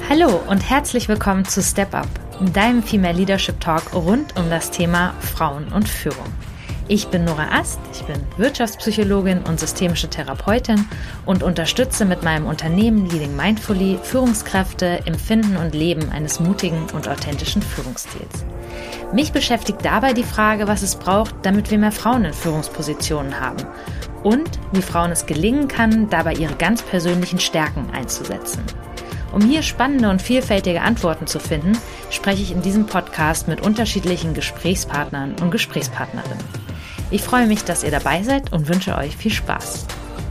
Hallo und herzlich willkommen zu Step Up, deinem Female Leadership Talk rund um das Thema Frauen und Führung. Ich bin Nora Ast, ich bin Wirtschaftspsychologin und systemische Therapeutin und unterstütze mit meinem Unternehmen Leading Mindfully Führungskräfte im Finden und Leben eines mutigen und authentischen Führungsstils. Mich beschäftigt dabei die Frage, was es braucht, damit wir mehr Frauen in Führungspositionen haben und wie Frauen es gelingen kann, dabei ihre ganz persönlichen Stärken einzusetzen. Um hier spannende und vielfältige Antworten zu finden, spreche ich in diesem Podcast mit unterschiedlichen Gesprächspartnern und Gesprächspartnerinnen. Ich freue mich, dass ihr dabei seid und wünsche euch viel Spaß.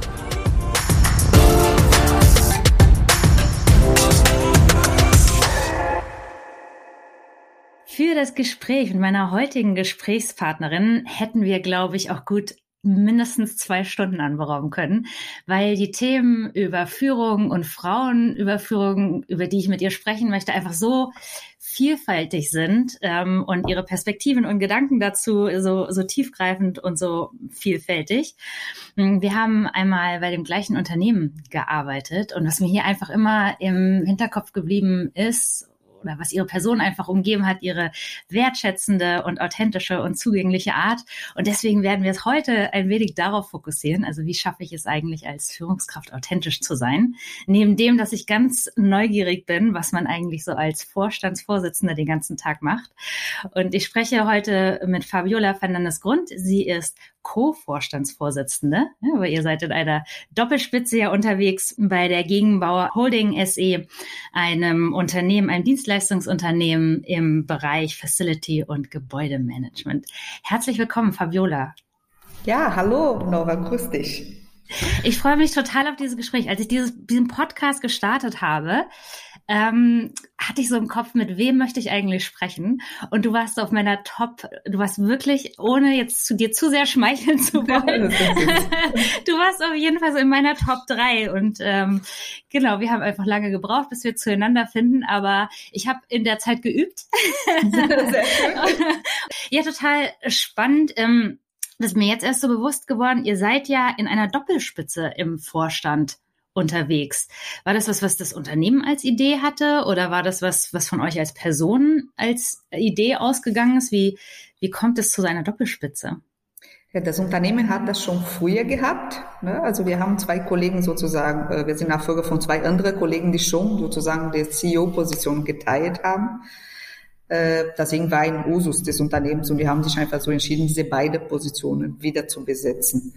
Für das Gespräch mit meiner heutigen Gesprächspartnerin hätten wir, glaube ich, auch gut mindestens 2 Stunden anberaumen können, weil die Themen über Führung und Frauenüberführung, über die ich mit ihr sprechen möchte, einfach so vielfältig sind und ihre Perspektiven und Gedanken dazu so tiefgreifend und so vielfältig. Wir haben einmal bei dem gleichen Unternehmen gearbeitet und was mir hier einfach immer im Hinterkopf geblieben ist, oder was ihre Person einfach umgeben hat, ihre wertschätzende und authentische und zugängliche Art. Und deswegen werden wir es heute ein wenig darauf fokussieren. Also wie schaffe ich es eigentlich als Führungskraft authentisch zu sein? Neben dem, dass ich ganz neugierig bin, was man eigentlich so als Vorstandsvorsitzende den ganzen Tag macht. Und ich spreche heute mit Fabiola Fernandes-Grund. Sie ist Co-Vorstandsvorsitzende, aber ihr seid in einer Doppelspitze ja unterwegs bei der Gegenbauer Holding SE, einem Unternehmen, einem Dienstleistungsunternehmen im Bereich Facility und Gebäudemanagement. Herzlich willkommen, Fabiola. Ja, hallo Nora, grüß dich. Ich freue mich total auf dieses Gespräch. Als ich diesen Podcast gestartet habe, hatte ich so im Kopf, mit wem möchte ich eigentlich sprechen? Und du warst auf meiner du warst wirklich, ohne jetzt zu dir zu sehr schmeicheln zu wollen, du warst auf jeden Fall so in meiner Top 3. Und genau, wir haben einfach lange gebraucht, bis wir zueinander finden, aber ich habe in der Zeit geübt. Sehr schön. Ja, total spannend. Das ist mir jetzt erst so bewusst geworden, ihr seid ja in einer Doppelspitze im Vorstand unterwegs. War das was das Unternehmen als Idee hatte oder war das was von euch als Person als Idee ausgegangen ist? Wie kommt es zu seiner Doppelspitze? Ja, das Unternehmen hat das schon früher gehabt. Ne? Also wir haben 2 Kollegen sozusagen, wir sind Nachfolger von 2 anderen Kollegen, die schon sozusagen die CEO-Position geteilt haben. Deswegen war ein Usus des Unternehmens und die haben sich einfach so entschieden, diese beiden Positionen wieder zu besetzen.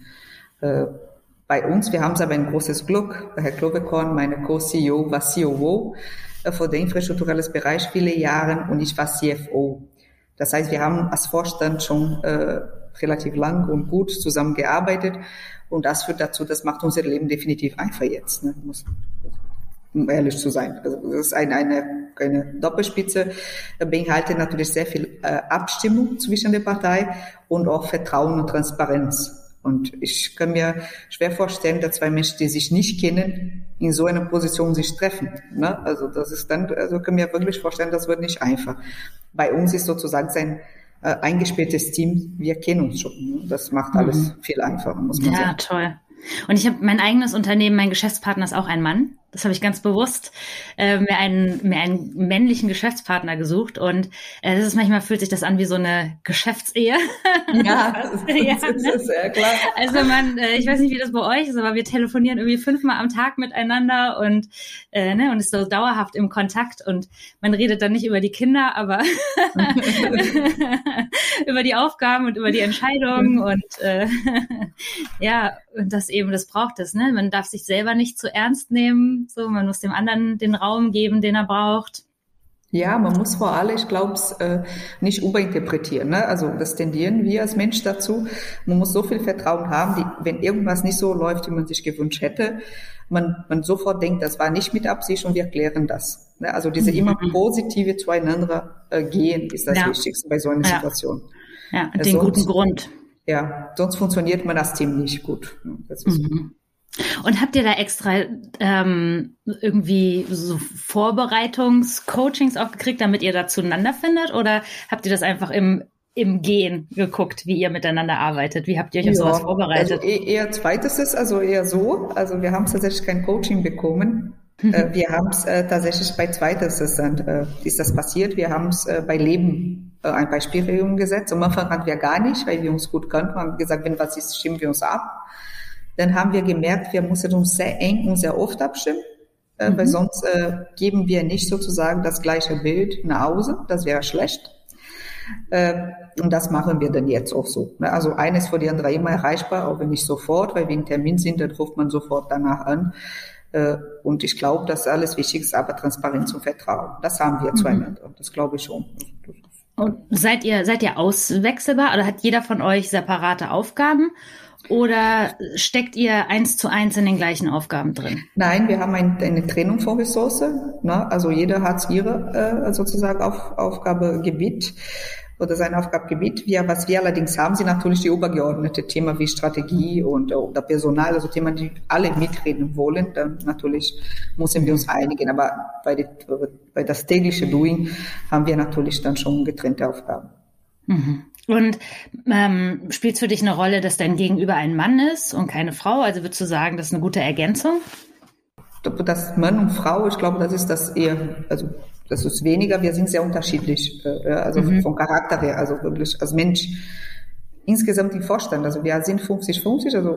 Bei uns, wir haben aber ein großes Glück. Herr Klovekorn, meine Co-CEO, war COO für den infrastrukturellen Bereich viele Jahre und ich war CFO. Das heißt, wir haben als Vorstand schon relativ lang und gut zusammengearbeitet und das führt dazu, das macht unser Leben definitiv einfach jetzt. Ne? Um ehrlich zu sein. Also das ist eine Doppelspitze, beinhaltet natürlich sehr viel Abstimmung zwischen der Partei und auch Vertrauen und Transparenz. Und ich kann mir schwer vorstellen, dass 2 Menschen, die sich nicht kennen, in so einer Position sich treffen. Ne? Also das ist dann, also kann mir wirklich vorstellen, das wird nicht einfach. Bei uns ist sozusagen ein eingespieltes Team, wir kennen uns schon. Ne? Das macht alles viel einfacher, muss man sagen. Ja, toll. Und ich habe mein eigenes Unternehmen, mein Geschäftspartner ist auch ein Mann. Das habe ich ganz bewusst mir einen männlichen Geschäftspartner gesucht und das ist manchmal fühlt sich das an wie so eine Geschäftsehe. Ja, das ist sehr klar. Also ich weiß nicht, wie das bei euch ist, aber wir telefonieren irgendwie 5-mal am Tag miteinander und und ist so dauerhaft im Kontakt und man redet dann nicht über die Kinder, aber über die Aufgaben und über die Entscheidungen und ja, und das braucht es, ne? Man darf sich selber nicht zu ernst nehmen. So, man muss dem anderen den Raum geben, den er braucht. Ja, man muss vor allem, ich glaube, nicht überinterpretieren. Ne? Also das tendieren wir als Mensch dazu. Man muss so viel Vertrauen haben, wenn irgendwas nicht so läuft, wie man sich gewünscht hätte, man sofort denkt, das war nicht mit Absicht und wir klären das. Ne? Also diese immer positive zueinander gehen ist das Wichtigste bei so einer Situation. Ja, den guten Grund. Ja, sonst funktioniert man das Team nicht gut. Das ist Und habt ihr da extra irgendwie so Vorbereitungscoachings auch gekriegt, damit ihr da zueinander findet? Oder habt ihr das einfach im Gehen geguckt, wie ihr miteinander arbeitet? Wie habt ihr euch auf sowas vorbereitet? Also eher zweites ist, also eher so. Also wir haben tatsächlich kein Coaching bekommen. Wir haben es tatsächlich bei zweites ist das passiert. Wir haben es bei Leben ein paar Spielregeln gesetzt. Am Anfang hatten wir gar nicht, weil wir uns gut kannten. Wir haben gesagt, wenn was ist, stimmen wir uns ab. Dann haben wir gemerkt, wir mussten uns sehr eng und sehr oft abstimmen, weil sonst geben wir nicht sozusagen das gleiche Bild nach Hause. Das wäre schlecht. Und das machen wir dann jetzt auch so. Also eines für die andere immer erreichbar, auch wenn nicht sofort, weil wir im Termin sind, dann ruft man sofort danach an. Und ich glaube, dass alles wichtig ist, aber Transparenz und Vertrauen. Das haben wir zueinander. Das glaube ich schon. Und seid ihr auswechselbar oder hat jeder von euch separate Aufgaben? Oder steckt ihr 1:1 in den gleichen Aufgaben drin? Nein, wir haben eine Trennung von Ressourcen. Ne? Also jeder hat ihre sozusagen Aufgabegebiet oder sein Aufgabengebiet. Was wir allerdings haben, sind natürlich die übergeordneten Themen wie Strategie oder Personal, also Themen, die alle mitreden wollen. Dann natürlich müssen wir uns einigen. Aber bei das tägliche Doing haben wir natürlich dann schon getrennte Aufgaben. Mhm. Und spielt es für dich eine Rolle, dass dein Gegenüber ein Mann ist und keine Frau? Also würdest du sagen, das ist eine gute Ergänzung? Das Mann und Frau, ich glaube, das ist das eher, also das ist weniger. Wir sind sehr unterschiedlich, also vom Charakter her, also wirklich als Mensch. Insgesamt im Vorstand, also wir sind 50-50, also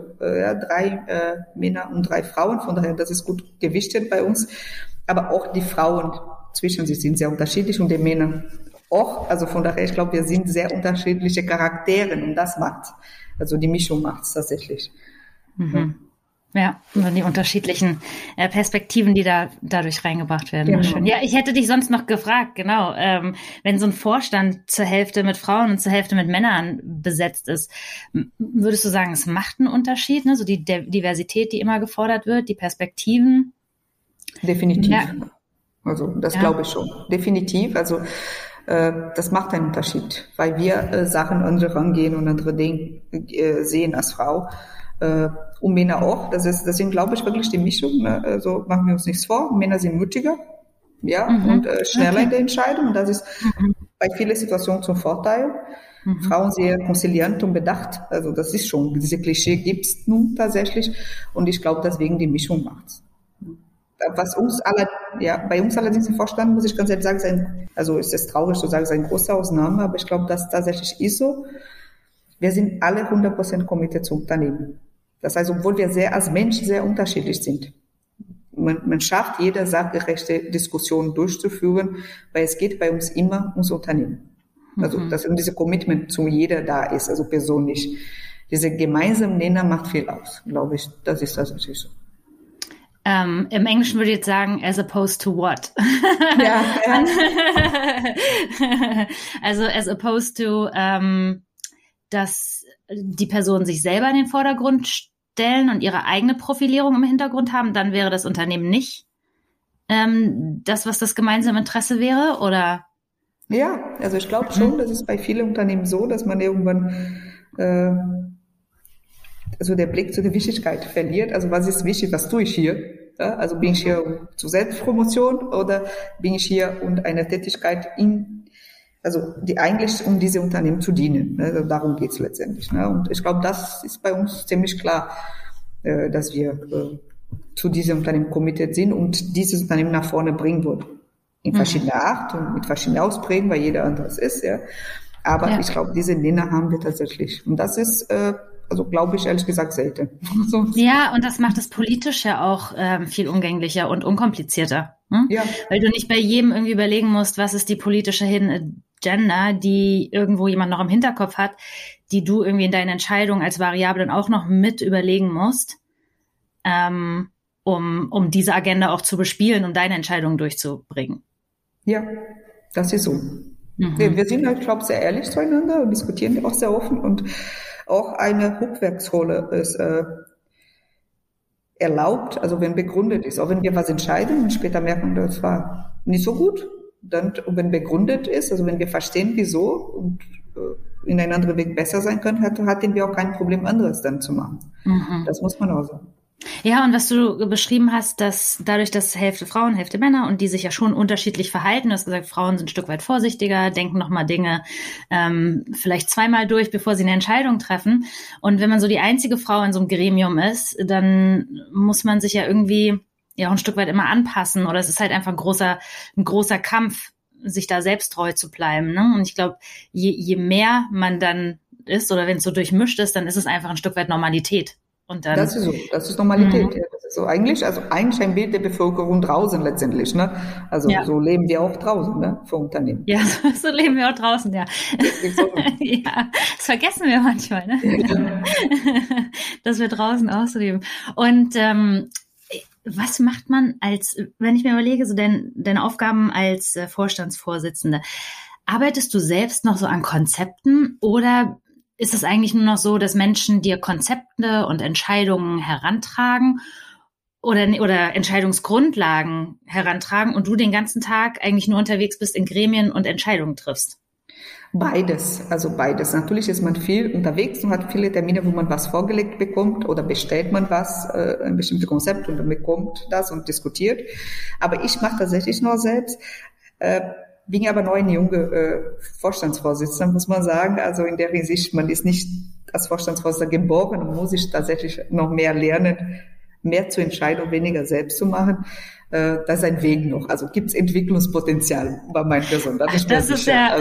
3 Männer und 3 Frauen, von daher, das ist gut gewichtet bei uns. Aber auch die Frauen zwischen sich sind sehr unterschiedlich und die Männer auch, also von daher, ich glaube, wir sind sehr unterschiedliche Charaktere und das macht, also die Mischung macht es tatsächlich. Mhm. Ja, und die unterschiedlichen Perspektiven, die dadurch reingebracht werden. Genau. Schön. Ja, ich hätte dich sonst noch gefragt, genau, wenn so ein Vorstand zur Hälfte mit Frauen und zur Hälfte mit Männern besetzt ist, würdest du sagen, es macht einen Unterschied, ne? So die Diversität, die immer gefordert wird, die Perspektiven? Definitiv. Ja. Also das glaube ich schon. Definitiv. Also das macht einen Unterschied, weil wir Sachen andere rangehen und andere Dinge sehen als Frau. Und Männer auch. Deswegen glaube ich wirklich die Mischung. Ne? Also machen wir uns nichts vor. Männer sind mutiger, und schneller in der Entscheidung. Und das ist bei vielen Situationen zum Vorteil. Frauen sehr konziliant und bedacht. Also das ist schon, diese Klischee gibt's nun tatsächlich. Und ich glaube, deswegen die Mischung macht's. Was bei uns allerdings im Vorstand, muss ich ganz ehrlich sagen, also ist es traurig zu sagen, ist eine große Ausnahme, aber ich glaube, dass tatsächlich ist so. Wir sind alle 100% committed zum Unternehmen. Das heißt, obwohl wir als Mensch sehr unterschiedlich sind. Man schafft, jede sachgerechte Diskussion durchzuführen, weil es geht bei uns immer ums Unternehmen. Also, dass diese Commitment zu jeder da ist, also persönlich. Diese gemeinsame Nenner macht viel aus, glaube ich. Das ist tatsächlich so. Im Englischen würde ich jetzt sagen, as opposed to what? Ja. Also as opposed to, dass die Personen sich selber in den Vordergrund stellen und ihre eigene Profilierung im Hintergrund haben, dann wäre das Unternehmen nicht das, was das gemeinsame Interesse wäre, oder? Ja, also ich glaube schon, das ist bei vielen Unternehmen so, dass man irgendwann also der Blick zu der Wichtigkeit verliert. Also was ist wichtig, was tue ich hier? Ja, also bin ich hier zur Selbstpromotion oder bin ich hier und eine Tätigkeit die eigentlich um diese Unternehmen zu dienen. Ne? Also darum geht's letztendlich. Ne? Und ich glaube, das ist bei uns ziemlich klar, dass wir zu diesem Unternehmen committed sind und dieses Unternehmen nach vorne bringen wollen. In verschiedener Art und mit verschiedenen Ausprägungen, weil jeder anders ist. Ja. Aber ich glaube, diese Nenner haben wir tatsächlich. Und das ist, glaube ich, ehrlich gesagt selten. Ja, und das macht das politisch ja auch viel umgänglicher und unkomplizierter. Hm? Ja. Weil du nicht bei jedem irgendwie überlegen musst, was ist die politische Hidden Agenda, die irgendwo jemand noch im Hinterkopf hat, die du irgendwie in deine Entscheidung als Variable dann auch noch mit überlegen musst, um diese Agenda auch zu bespielen, um deine Entscheidung durchzubringen. Ja, das ist so. Wir sind halt, glaube ich, sehr ehrlich zueinander und diskutieren auch sehr offen und auch eine Rückwärtsrolle ist erlaubt, also wenn begründet ist. Auch wenn wir was entscheiden und später merken, das war nicht so gut, dann, wenn begründet ist, also wenn wir verstehen, wieso und in einen anderen Weg besser sein können, hatten wir auch kein Problem, anderes dann zu machen. Das muss man auch sagen. Ja, und was du beschrieben hast, dass dadurch, dass Hälfte Frauen, Hälfte Männer und die sich ja schon unterschiedlich verhalten, du hast gesagt, Frauen sind ein Stück weit vorsichtiger, denken nochmal Dinge vielleicht zweimal durch, bevor sie eine Entscheidung treffen. Und wenn man so die einzige Frau in so einem Gremium ist, dann muss man sich ja irgendwie ja auch ein Stück weit immer anpassen oder es ist halt einfach ein großer Kampf, sich da selbst treu zu bleiben. Ne? Und ich glaube, je mehr man dann ist oder wenn es so durchmischt ist, dann ist es einfach ein Stück weit Normalität. Und dann, das ist so, das ist Normalität. Ja, das ist so eigentlich ein Bild der Bevölkerung draußen letztendlich, ne? Also so leben wir auch draußen, ne? Für Unternehmen. Ja, so leben wir auch draußen, ja. Ja, das vergessen wir manchmal, ne? Ja. Dass wir draußen auch so leben. Und was macht man wenn ich mir überlege, so deine Aufgaben als Vorstandsvorsitzende, arbeitest du selbst noch so an Konzepten oder ist es eigentlich nur noch so, dass Menschen dir Konzepte und Entscheidungen herantragen oder Entscheidungsgrundlagen herantragen und du den ganzen Tag eigentlich nur unterwegs bist in Gremien und Entscheidungen triffst? Beides, also beides. Natürlich ist man viel unterwegs und hat viele Termine, wo man was vorgelegt bekommt oder bestellt man was, ein bestimmtes Konzept und dann bekommt das und diskutiert. Aber ich mache tatsächlich noch selbst. Bin aber noch eine junge Vorstandsvorsitzende, muss man sagen. Also in der Hinsicht, man ist nicht als Vorstandsvorsitzender geboren und muss ich tatsächlich noch mehr lernen, mehr zu entscheiden und weniger selbst zu machen. Das ist ein Weg noch. Also gibt es Entwicklungspotenzial bei meinen Personen. Das ist ja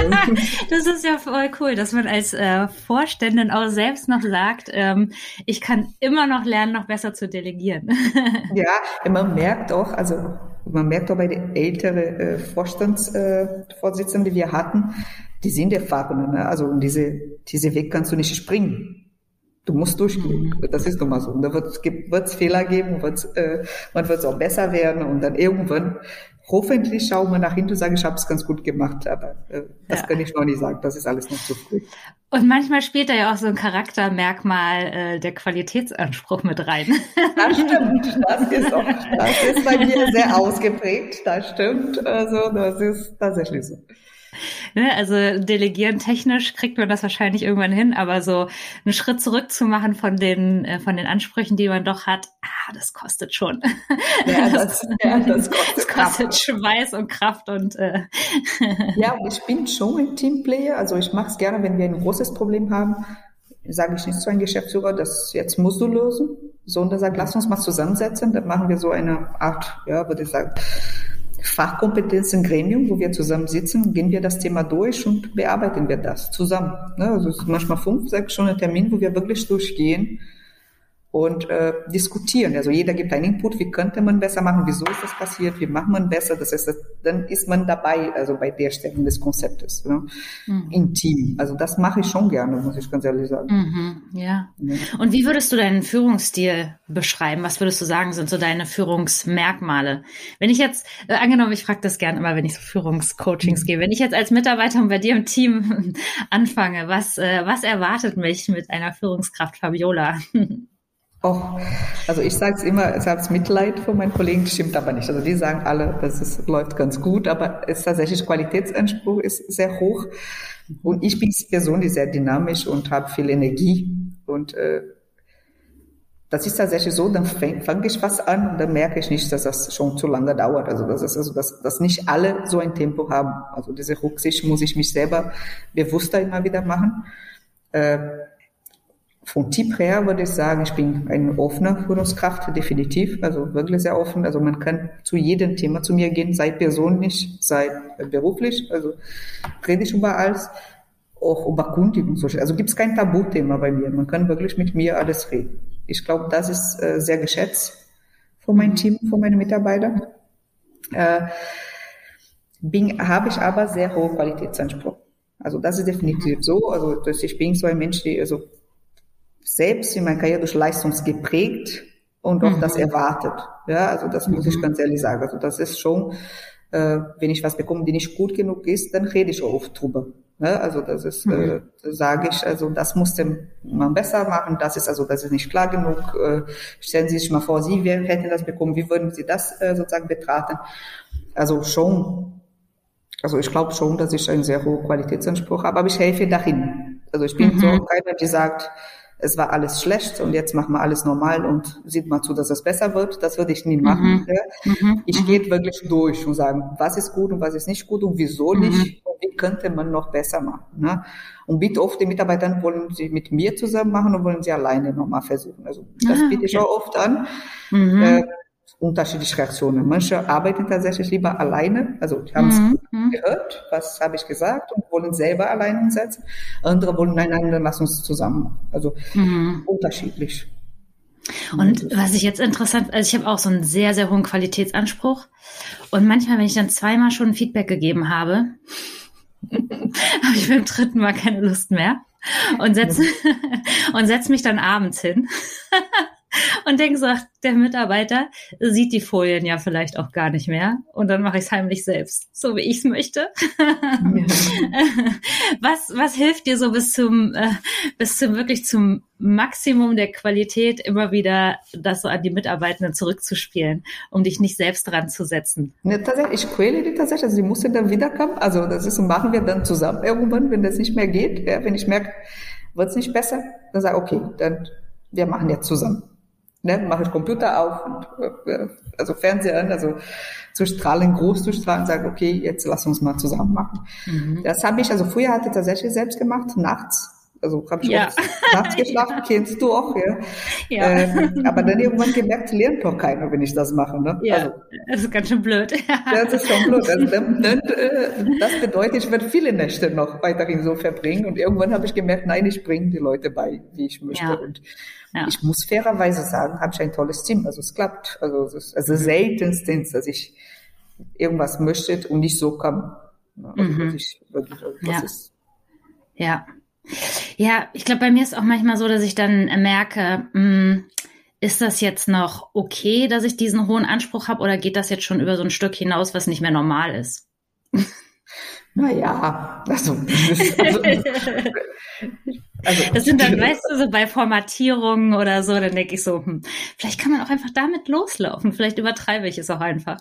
voll cool, dass man als Vorständin auch selbst noch sagt, ich kann immer noch lernen, noch besser zu delegieren. Ja, man merkt auch bei den älteren Vorstandsvorsitzenden, die wir hatten, die sind erfahren. Ne? Also diese Weg kannst du nicht springen. Du musst durchgehen. Das ist nun mal so. Und da wird's Fehler geben, man wird auch besser werden und dann irgendwann, hoffentlich schauen wir nach hinten und sagen, ich habe es ganz gut gemacht, aber das kann ich noch nicht sagen. Das ist alles noch zu früh. Und manchmal spielt da ja auch so ein Charaktermerkmal der Qualitätsanspruch mit rein. Das stimmt. Das ist bei mir sehr ausgeprägt. Das stimmt. Also das ist tatsächlich so. Also delegieren technisch kriegt man das wahrscheinlich irgendwann hin, aber so einen Schritt zurück zu machen von den Ansprüchen, die man doch hat, das kostet schon. Ja, das kostet Schweiß und Kraft und Ja, und ich bin schon ein Teamplayer, also ich mache es gerne, wenn wir ein großes Problem haben, sage ich nicht zu einem Geschäftsführer, das jetzt musst du lösen, sondern sage, lass uns mal zusammensetzen, dann machen wir so eine Art, würde ich sagen, Fachkompetenzen-Gremium, wo wir zusammen sitzen, gehen wir das Thema durch und bearbeiten wir das zusammen. Also es ist manchmal 5, 6 Stunden Termin, wo wir wirklich durchgehen und diskutieren. Also jeder gibt einen Input, wie könnte man besser machen, wieso ist das passiert, wie macht man besser, dann ist man dabei, also bei der Stellung des Konzeptes, im Team. Also das mache ich schon gerne, muss ich ganz ehrlich sagen. Ja. Und wie würdest du deinen Führungsstil beschreiben? Was würdest du sagen, sind so deine Führungsmerkmale? Wenn ich jetzt, angenommen, ich frage das gerne immer, wenn ich so Führungscoachings gebe, wenn ich jetzt als Mitarbeiter bei dir im Team anfange, was erwartet mich mit einer Führungskraft Fabiola? Also ich sage es immer, ich habe Mitleid von meinen Kollegen, das stimmt aber nicht. Also die sagen alle, läuft ganz gut, aber es tatsächlich Qualitätsanspruch ist sehr hoch. Und ich bin persönlich sehr dynamisch und habe viel Energie. Und das ist tatsächlich so, dann fange ich was an und dann merke ich nicht, dass das schon zu lange dauert. Also dass nicht alle so ein Tempo haben. Also diese Rücksicht muss ich mich selber bewusster immer wieder machen. Vom Typ her würde ich sagen, ich bin eine offene Führungskraft, definitiv, also wirklich sehr offen. Also man kann zu jedem Thema zu mir gehen, sei persönlich, sei beruflich, also rede ich über alles, auch über Kundigen. Also gibt es kein Tabuthema bei mir, man kann wirklich mit mir alles reden. Ich glaube, das ist sehr geschätzt von meinem Team, von meinen Mitarbeitern. Habe ich aber sehr hohen Qualitätsanspruch. Also das ist definitiv so, also ich bin so ein Mensch, selbst in meiner Karriere durch Leistung geprägt und auch das erwartet. Ja, also das muss ich ganz ehrlich sagen. Also das ist schon, wenn ich was bekomme, die nicht gut genug ist, dann rede ich auch oft drüber. Ja, also das ist, sage ich, also das musste man besser machen. Das ist nicht klar genug. Stellen Sie sich mal vor, Sie hätten das bekommen. Wie würden Sie das sozusagen betrachten? Also ich glaube schon, dass ich einen sehr hohen Qualitätsanspruch habe, aber ich helfe dahin. Also ich bin so keiner, die sagt, es war alles schlecht und jetzt machen wir alles normal und sieht mal zu, dass es besser wird. Das würde ich nie machen. Ich gehe wirklich durch und sagen, was ist gut und was ist nicht gut und wieso nicht und wie könnte man noch besser machen. Ne? Und bitte oft die Mitarbeiter wollen sie mit mir zusammen machen und wollen sie alleine nochmal versuchen. Also das biete ich auch oft an. unterschiedliche Reaktionen. Manche arbeiten tatsächlich lieber alleine, also die haben es gehört, was habe ich gesagt und wollen selber alleine umsetzen. Andere wollen, nein, lass uns zusammen. Also unterschiedlich. Und was ich jetzt interessant, also ich habe auch so einen sehr, sehr hohen Qualitätsanspruch und manchmal, wenn ich dann zweimal schon ein Feedback gegeben habe, habe ich beim dritten Mal keine Lust mehr und setz mich dann abends hin und denke so, ach, der Mitarbeiter sieht die Folien ja vielleicht auch gar nicht mehr und dann mache ich es heimlich selbst, so wie ich es möchte. Was hilft dir so bis zum wirklich zum Maximum der Qualität immer wieder das so an die Mitarbeitenden zurückzuspielen, um dich nicht selbst dran zu setzen? Ja, tatsächlich, ich quäle die tatsächlich, also die muss dann wiederkommen, also das ist, machen wir dann zusammen irgendwann, wenn das nicht mehr geht, ja, wenn ich merke, wird es nicht besser, dann sage ich, okay, dann wir machen jetzt zusammen. Ne, mache ich Computer auf und also Fernseher an, also zu strahlen, groß zu strahlen, sage, okay, jetzt lass uns mal zusammen machen. Das habe ich, also früher hatte ich tatsächlich selbst gemacht, nachts. Also habe ich auch nachts geschlafen, kennst du auch, ja. Aber dann irgendwann gemerkt, lernt doch keiner, wenn ich das mache. Ne? Ja, also, das ist ganz schön blöd. Das ist schon blöd. Also das bedeutet, ich werde viele Nächte noch weiterhin so verbringen und irgendwann habe ich gemerkt, nein, ich bringe die Leute bei, wie ich möchte. Ja. Und ich muss fairerweise sagen, habe ich ein tolles Team. Also es klappt. Also es ist seltenstens, dass ich irgendwas möchte und nicht so kann. Also das ist. Ja. Ja, ich glaube, bei mir ist auch manchmal so, dass ich dann merke, ist das jetzt noch okay, dass ich diesen hohen Anspruch habe oder geht das jetzt schon über so ein Stück hinaus, was nicht mehr normal ist? Naja, also das sind dann, weißt du, so bei Formatierungen oder so, dann denke ich so, vielleicht kann man auch einfach damit loslaufen, vielleicht übertreibe ich es auch einfach.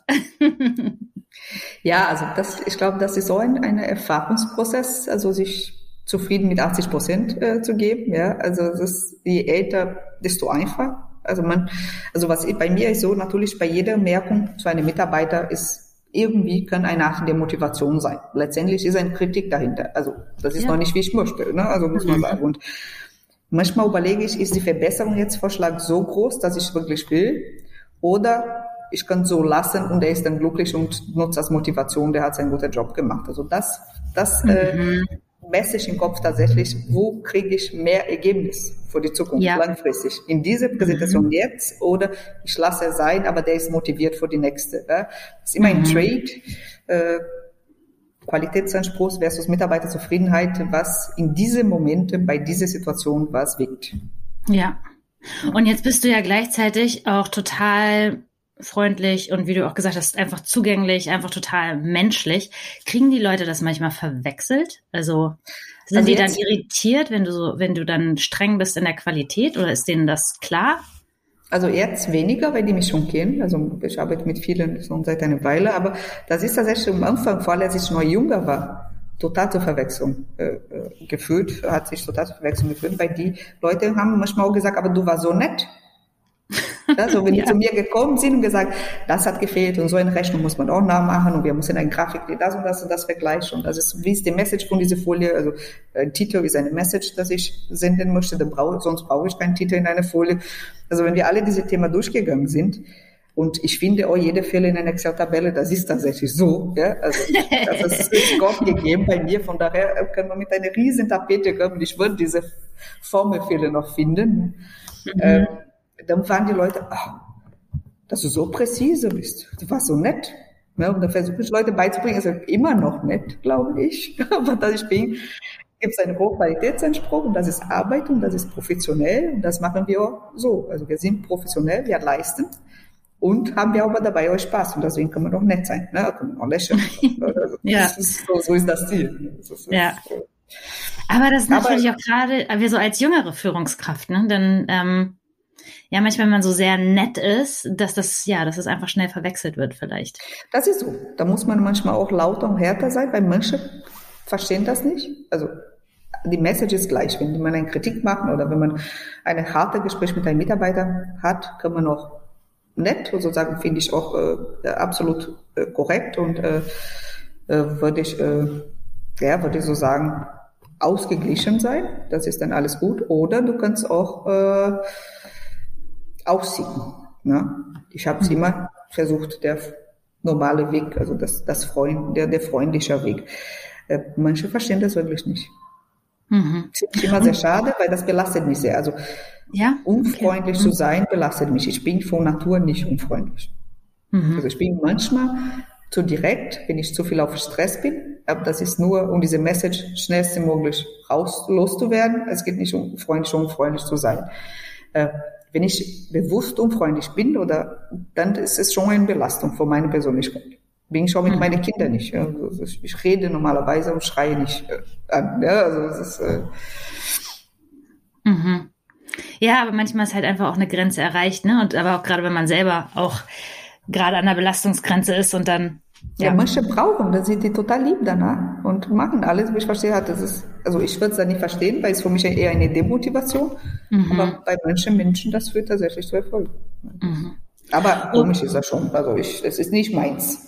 Ja, also ich glaube, das ist so ein Erfahrungsprozess, also sich zufrieden mit 80% zu geben, ja, also je älter, desto einfacher. Also was bei mir ist so, natürlich bei jeder Merkung zu einem Mitarbeiter ist irgendwie kann eine Art der Motivation sein. Letztendlich ist eine Kritik dahinter. Also das ist noch nicht, wie ich möchte, ne? Also muss man sagen. Und manchmal überlege ich, ist die Verbesserung jetzt Vorschlag so groß, dass ich wirklich will, oder ich kann so lassen und er ist dann glücklich und nutzt als Motivation, der hat seinen guten Job gemacht. Also das messe ich im Kopf tatsächlich, wo kriege ich mehr Ergebnis für die Zukunft, langfristig. In dieser Präsentation jetzt oder ich lasse es sein, aber der ist motiviert für die nächste. Ja? Das ist immer ein Trade, Qualitätsanspruch versus Mitarbeiterzufriedenheit, was in diesen Momenten, bei dieser Situation, was wiegt. Ja, und jetzt bist du ja gleichzeitig auch total freundlich und wie du auch gesagt hast, einfach zugänglich, einfach total menschlich. Kriegen die Leute das manchmal verwechselt? Also sind die dann irritiert, wenn du dann streng bist in der Qualität oder ist denen das klar? Also jetzt weniger, weil die mich schon kennen. Also ich arbeite mit vielen schon seit einer Weile, aber das ist tatsächlich am Anfang, vor allem als ich noch jünger war, total zur Verwechslung gefühlt, weil die Leute haben manchmal auch gesagt, aber du warst so nett. Also wenn die zu mir gekommen sind und gesagt, das hat gefehlt und so eine Rechnung muss man auch nachmachen und wir müssen eine Grafik, das und das vergleichen und das ist, wie ist die Message von dieser Folie, also ein Titel ist eine Message, das ich senden möchte, sonst brauche ich keinen Titel in einer Folie. Also wenn wir alle diese Themen durchgegangen sind und ich finde auch jede Fehler in einer Excel-Tabelle, das ist tatsächlich so, ja, also das ist Gott gegeben bei mir, von daher können wir mit einer riesen Tapete kommen, ich würde diese Formelfehler noch finden. Dann waren die Leute, dass du so präzise bist. Du warst so nett. Ja, und da versuche ich Leute beizubringen, ist immer noch nett, glaube ich. Aber dass ich bin, gibt es einen hohen Qualitätsanspruch und das ist Arbeit und das ist professionell und das machen wir auch so. Also wir sind professionell, wir leisten und haben wir aber dabei auch Spaß und deswegen kann man auch nett sein. Ne? Kann man auch lächeln. Also, so ist das Ziel. Aber das ist natürlich auch gerade, wir so als jüngere Führungskraft, ne? Denn manchmal, wenn man so sehr nett ist, dass das einfach schnell verwechselt wird vielleicht. Das ist so. Da muss man manchmal auch lauter und härter sein, weil manche verstehen das nicht. Also die Message ist gleich. Wenn man eine Kritik macht oder wenn man ein hartes Gespräch mit einem Mitarbeiter hat, kann man auch nett, sozusagen finde ich auch absolut korrekt und würde ich so sagen, ausgeglichen sein. Das ist dann alles gut. Oder du kannst auch ausziehen. Ne? Ich habe es immer versucht, der normale Weg, also der freundliche Weg. Manche verstehen das wirklich nicht. Das finde ich immer sehr schade, weil das belastet mich sehr. Also unfreundlich zu sein, belastet mich. Ich bin von Natur nicht unfreundlich. Also ich bin manchmal zu direkt, wenn ich zu viel auf Stress bin. Aber das ist nur, um diese Message schnellstmöglich loszuwerden. Es geht nicht um unfreundlich zu sein. Wenn ich bewusst unfreundlich bin, dann ist es schon eine Belastung für meine Persönlichkeit. Bin ich auch mit meinen Kindern nicht. Also ich rede normalerweise und schreie nicht an. Ja, also es ist, Ja, aber manchmal ist halt einfach auch eine Grenze erreicht, ne? Und aber auch gerade, wenn man selber auch gerade an der Belastungsgrenze ist und dann. Ja, manche brauchen, dann sind die total lieb danach und machen alles, wie ich verstehe. Also ich würde es dann nicht verstehen, weil es für mich eher eine Demotivation. Aber bei manchen Menschen, das führt tatsächlich zu Erfolg. Aber komisch ist das schon. Also es ist nicht meins.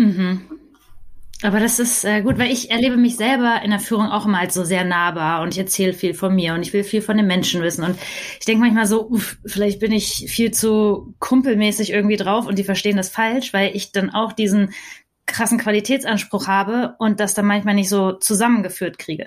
Aber das ist gut, weil ich erlebe mich selber in der Führung auch immer als so sehr nahbar und ich erzähle viel von mir und ich will viel von den Menschen wissen und ich denke manchmal so, vielleicht bin ich viel zu kumpelmäßig irgendwie drauf und die verstehen das falsch, weil ich dann auch diesen krassen Qualitätsanspruch habe und das dann manchmal nicht so zusammengeführt kriege.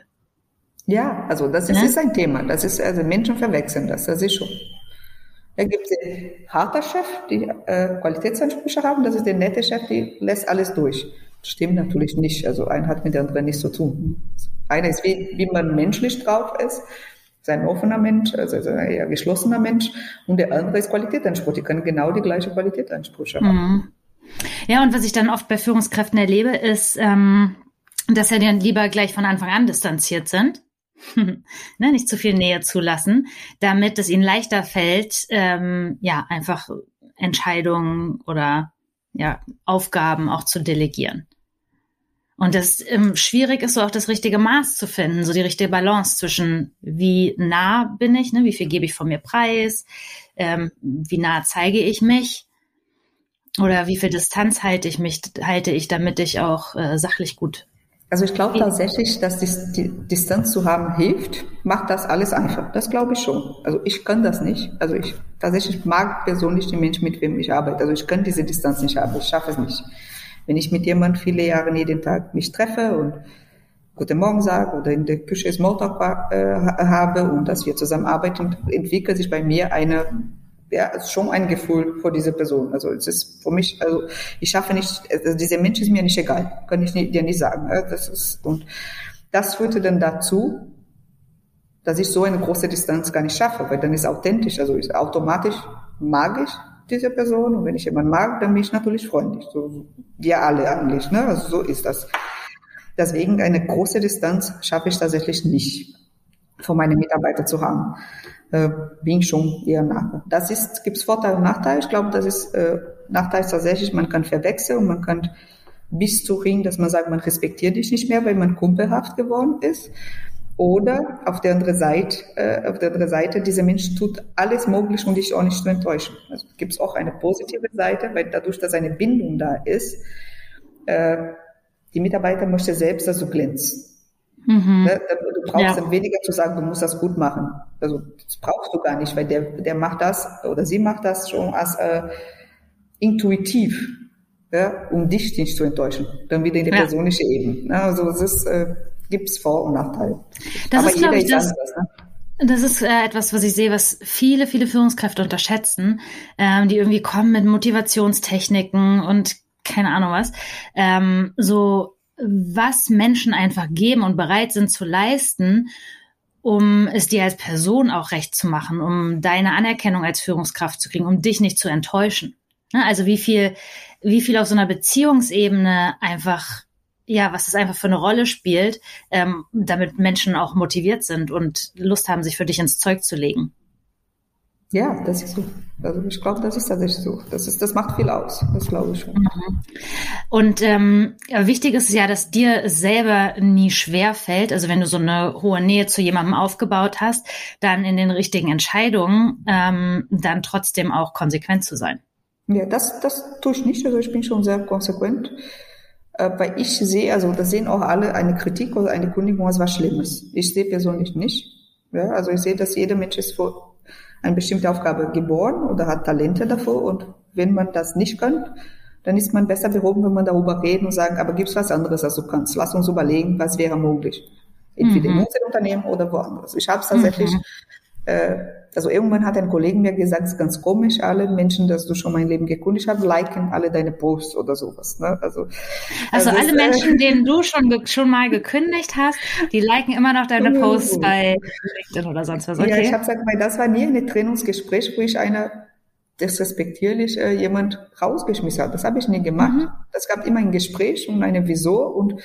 Ja, also das ist ein Thema. Also Menschen verwechseln das ist schon. Da gibt es den harten Chef, die Qualitätsansprüche haben, das ist der nette Chef, die lässt alles durch. Das stimmt natürlich nicht. Also einer hat mit der anderen nichts zu tun. Einer ist wie man menschlich drauf ist, ein offener Mensch, also ein eher geschlossener Mensch, und der andere ist Qualitätsanspruch. Die können genau die gleiche Qualitätsansprüche haben. Ja, und was ich dann oft bei Führungskräften erlebe, ist, dass sie dann lieber gleich von Anfang an distanziert sind. Nicht zu viel Nähe zulassen, damit es ihnen leichter fällt, einfach Entscheidungen oder Aufgaben auch zu delegieren. Und das schwierig ist, so auch das richtige Maß zu finden, so die richtige Balance zwischen wie nah bin ich, wie viel gebe ich von mir preis, wie nah zeige ich mich oder wie viel Distanz halte ich, damit ich auch sachlich gut. Also ich glaube tatsächlich, dass die Distanz zu haben hilft, macht das alles einfach. Das glaube ich schon. Also ich kann das nicht. Also ich tatsächlich mag persönlich die Menschen, mit wem ich arbeite. Also ich kann diese Distanz nicht haben. Ich schaffe es nicht. Wenn ich mit jemandem viele Jahre jeden Tag mich treffe und Guten Morgen sage oder in der Küche Smalltalk habe und dass wir zusammen arbeiten, entwickelt sich bei mir schon ein Gefühl für diese Person. Also es ist für mich, also ich schaffe nicht, also dieser Mensch ist mir nicht egal, kann ich dir nicht sagen. Und das führte dann dazu, dass ich so eine große Distanz gar nicht schaffe, weil dann ist authentisch, also automatisch mag ich diese Person und wenn ich jemanden mag, dann bin ich natürlich freundlich. So wir alle eigentlich, ne? Also so ist das. Deswegen eine große Distanz schaffe ich tatsächlich nicht, von meinen Mitarbeitern zu haben. Bin ich schon eher nah. Gibt's Vorteile und Nachteile. Ich glaube, das ist Nachteil ist tatsächlich, man kann verwechseln und man kann bis zu hin, dass man sagt, man respektiert dich nicht mehr, weil man kumpelhaft geworden ist. Oder auf der anderen Seite, dieser Mensch tut alles möglich, um dich auch nicht zu enttäuschen. Also gibt's auch eine positive Seite, weil dadurch, dass eine Bindung da ist, die Mitarbeiter möchte selbst, dass du glänzt. Du brauchst dann weniger zu sagen, du musst das gut machen. Also das brauchst du gar nicht, weil der macht das oder sie macht das schon als intuitiv, um dich nicht zu enttäuschen. Dann wieder in die persönliche Ebene. Also es gibt's Vor- und Nachteile. Aber jeder ist anders. Das ist etwas, was ich sehe, was viele, viele Führungskräfte unterschätzen, die irgendwie kommen mit Motivationstechniken und keine Ahnung was, was Menschen einfach geben und bereit sind zu leisten, um es dir als Person auch recht zu machen, um deine Anerkennung als Führungskraft zu kriegen, um dich nicht zu enttäuschen. Also wie viel auf so einer Beziehungsebene einfach, was das einfach für eine Rolle spielt, damit Menschen auch motiviert sind und Lust haben, sich für dich ins Zeug zu legen. Ja, das ist so. Also ich glaube, das ist tatsächlich so. Das macht viel aus. Das glaube ich schon. Und wichtig ist es ja, dass dir selber nie schwer fällt. Also wenn du so eine hohe Nähe zu jemandem aufgebaut hast, dann in den richtigen Entscheidungen dann trotzdem auch konsequent zu sein. Ja, das tue ich nicht. Also ich bin schon sehr konsequent. Weil ich sehe, also das sehen auch alle, eine Kritik oder eine Kündigung als was Schlimmes. Ich sehe persönlich nicht. Ja, also ich sehe, dass jeder Mensch ist für eine bestimmte Aufgabe geboren oder hat Talente dafür und wenn man das nicht kann, dann ist man besser behoben, wenn man darüber reden und sagen, aber gibt's was anderes, als du kannst? Lass uns überlegen, was wäre möglich. Entweder in unserem Unternehmen oder woanders. Ich habe es tatsächlich, also irgendwann hat ein Kollege mir gesagt, es ist ganz komisch, alle Menschen, dass du schon mein Leben gekündigt hast, liken alle deine Posts oder sowas. Ne? Also alle Menschen, denen du schon mal gekündigt hast, die liken immer noch deine Posts bei LinkedIn oder sonst was. Okay. Ja, ich habe gesagt, weil das war nie ein Trennungsgespräch, wo ich disrespektierlich jemand rausgeschmissen hat. Das habe ich nie gemacht. Es gab immer ein Gespräch und eine Wieso und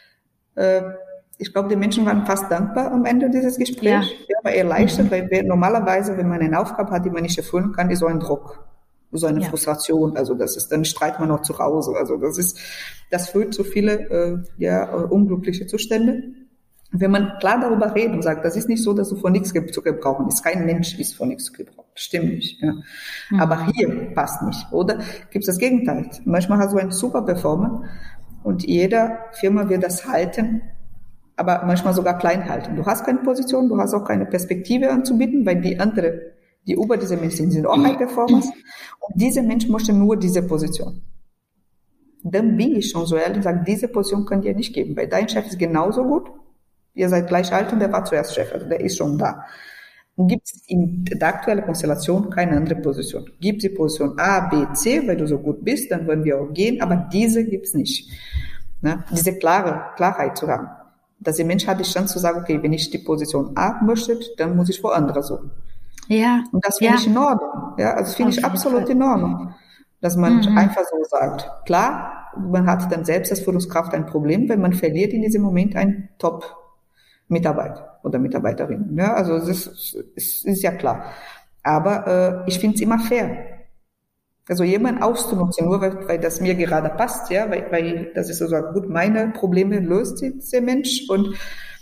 ich glaube, die Menschen waren fast dankbar am Ende dieses Gesprächs. Ja, war erleichtert, weil normalerweise, wenn man eine Aufgabe hat, die man nicht erfüllen kann, ist so ein Druck, so eine Frustration. Also dann streitet man noch zu Hause. Also das führt zu viele unglückliche Zustände. Wenn man klar darüber redet und sagt, das ist nicht so, dass du von nichts zu gebrauchen bist. Kein Mensch ist von nichts zu gebrauchen. Stimmt nicht. Ja. Aber hier passt nicht. Oder gibt es das Gegenteil? Manchmal hast du einen super Performer und jeder Firma wird das halten, aber manchmal sogar klein halten. Du hast keine Position, du hast auch keine Perspektive anzubieten, weil die über diese Menschen sind auch High Performers. Und diese Menschen möchten nur diese Position. Dann bin ich schon so ehrlich und sage, diese Position könnt ihr nicht geben, weil dein Chef ist genauso gut. Ihr seid gleich alt und der war zuerst Chef, also der ist schon da. Und gibt es in der aktuellen Konstellation keine andere Position. Gibt es die Position A, B, C, weil du so gut bist, dann wollen wir auch gehen, aber diese gibt es nicht. Ne? Diese Klarheit zu haben. Dass der Mensch hat die Chance zu sagen, okay, wenn ich die Position A möchte, dann muss ich woanders suchen. Ja. Und das finde ich in Ordnung. Ja, also finde ich absolut in Ordnung. Dass man einfach so sagt. Klar, man hat dann selbst als Führungskraft ein Problem, wenn man verliert in diesem Moment einen Top-Mitarbeiter oder Mitarbeiterin. Ja, also das ist ja klar. Aber ich finde es immer fair. Also jemanden auszunutzen, nur weil das mir gerade passt, ja, weil das ist so gut, meine Probleme löst der Mensch und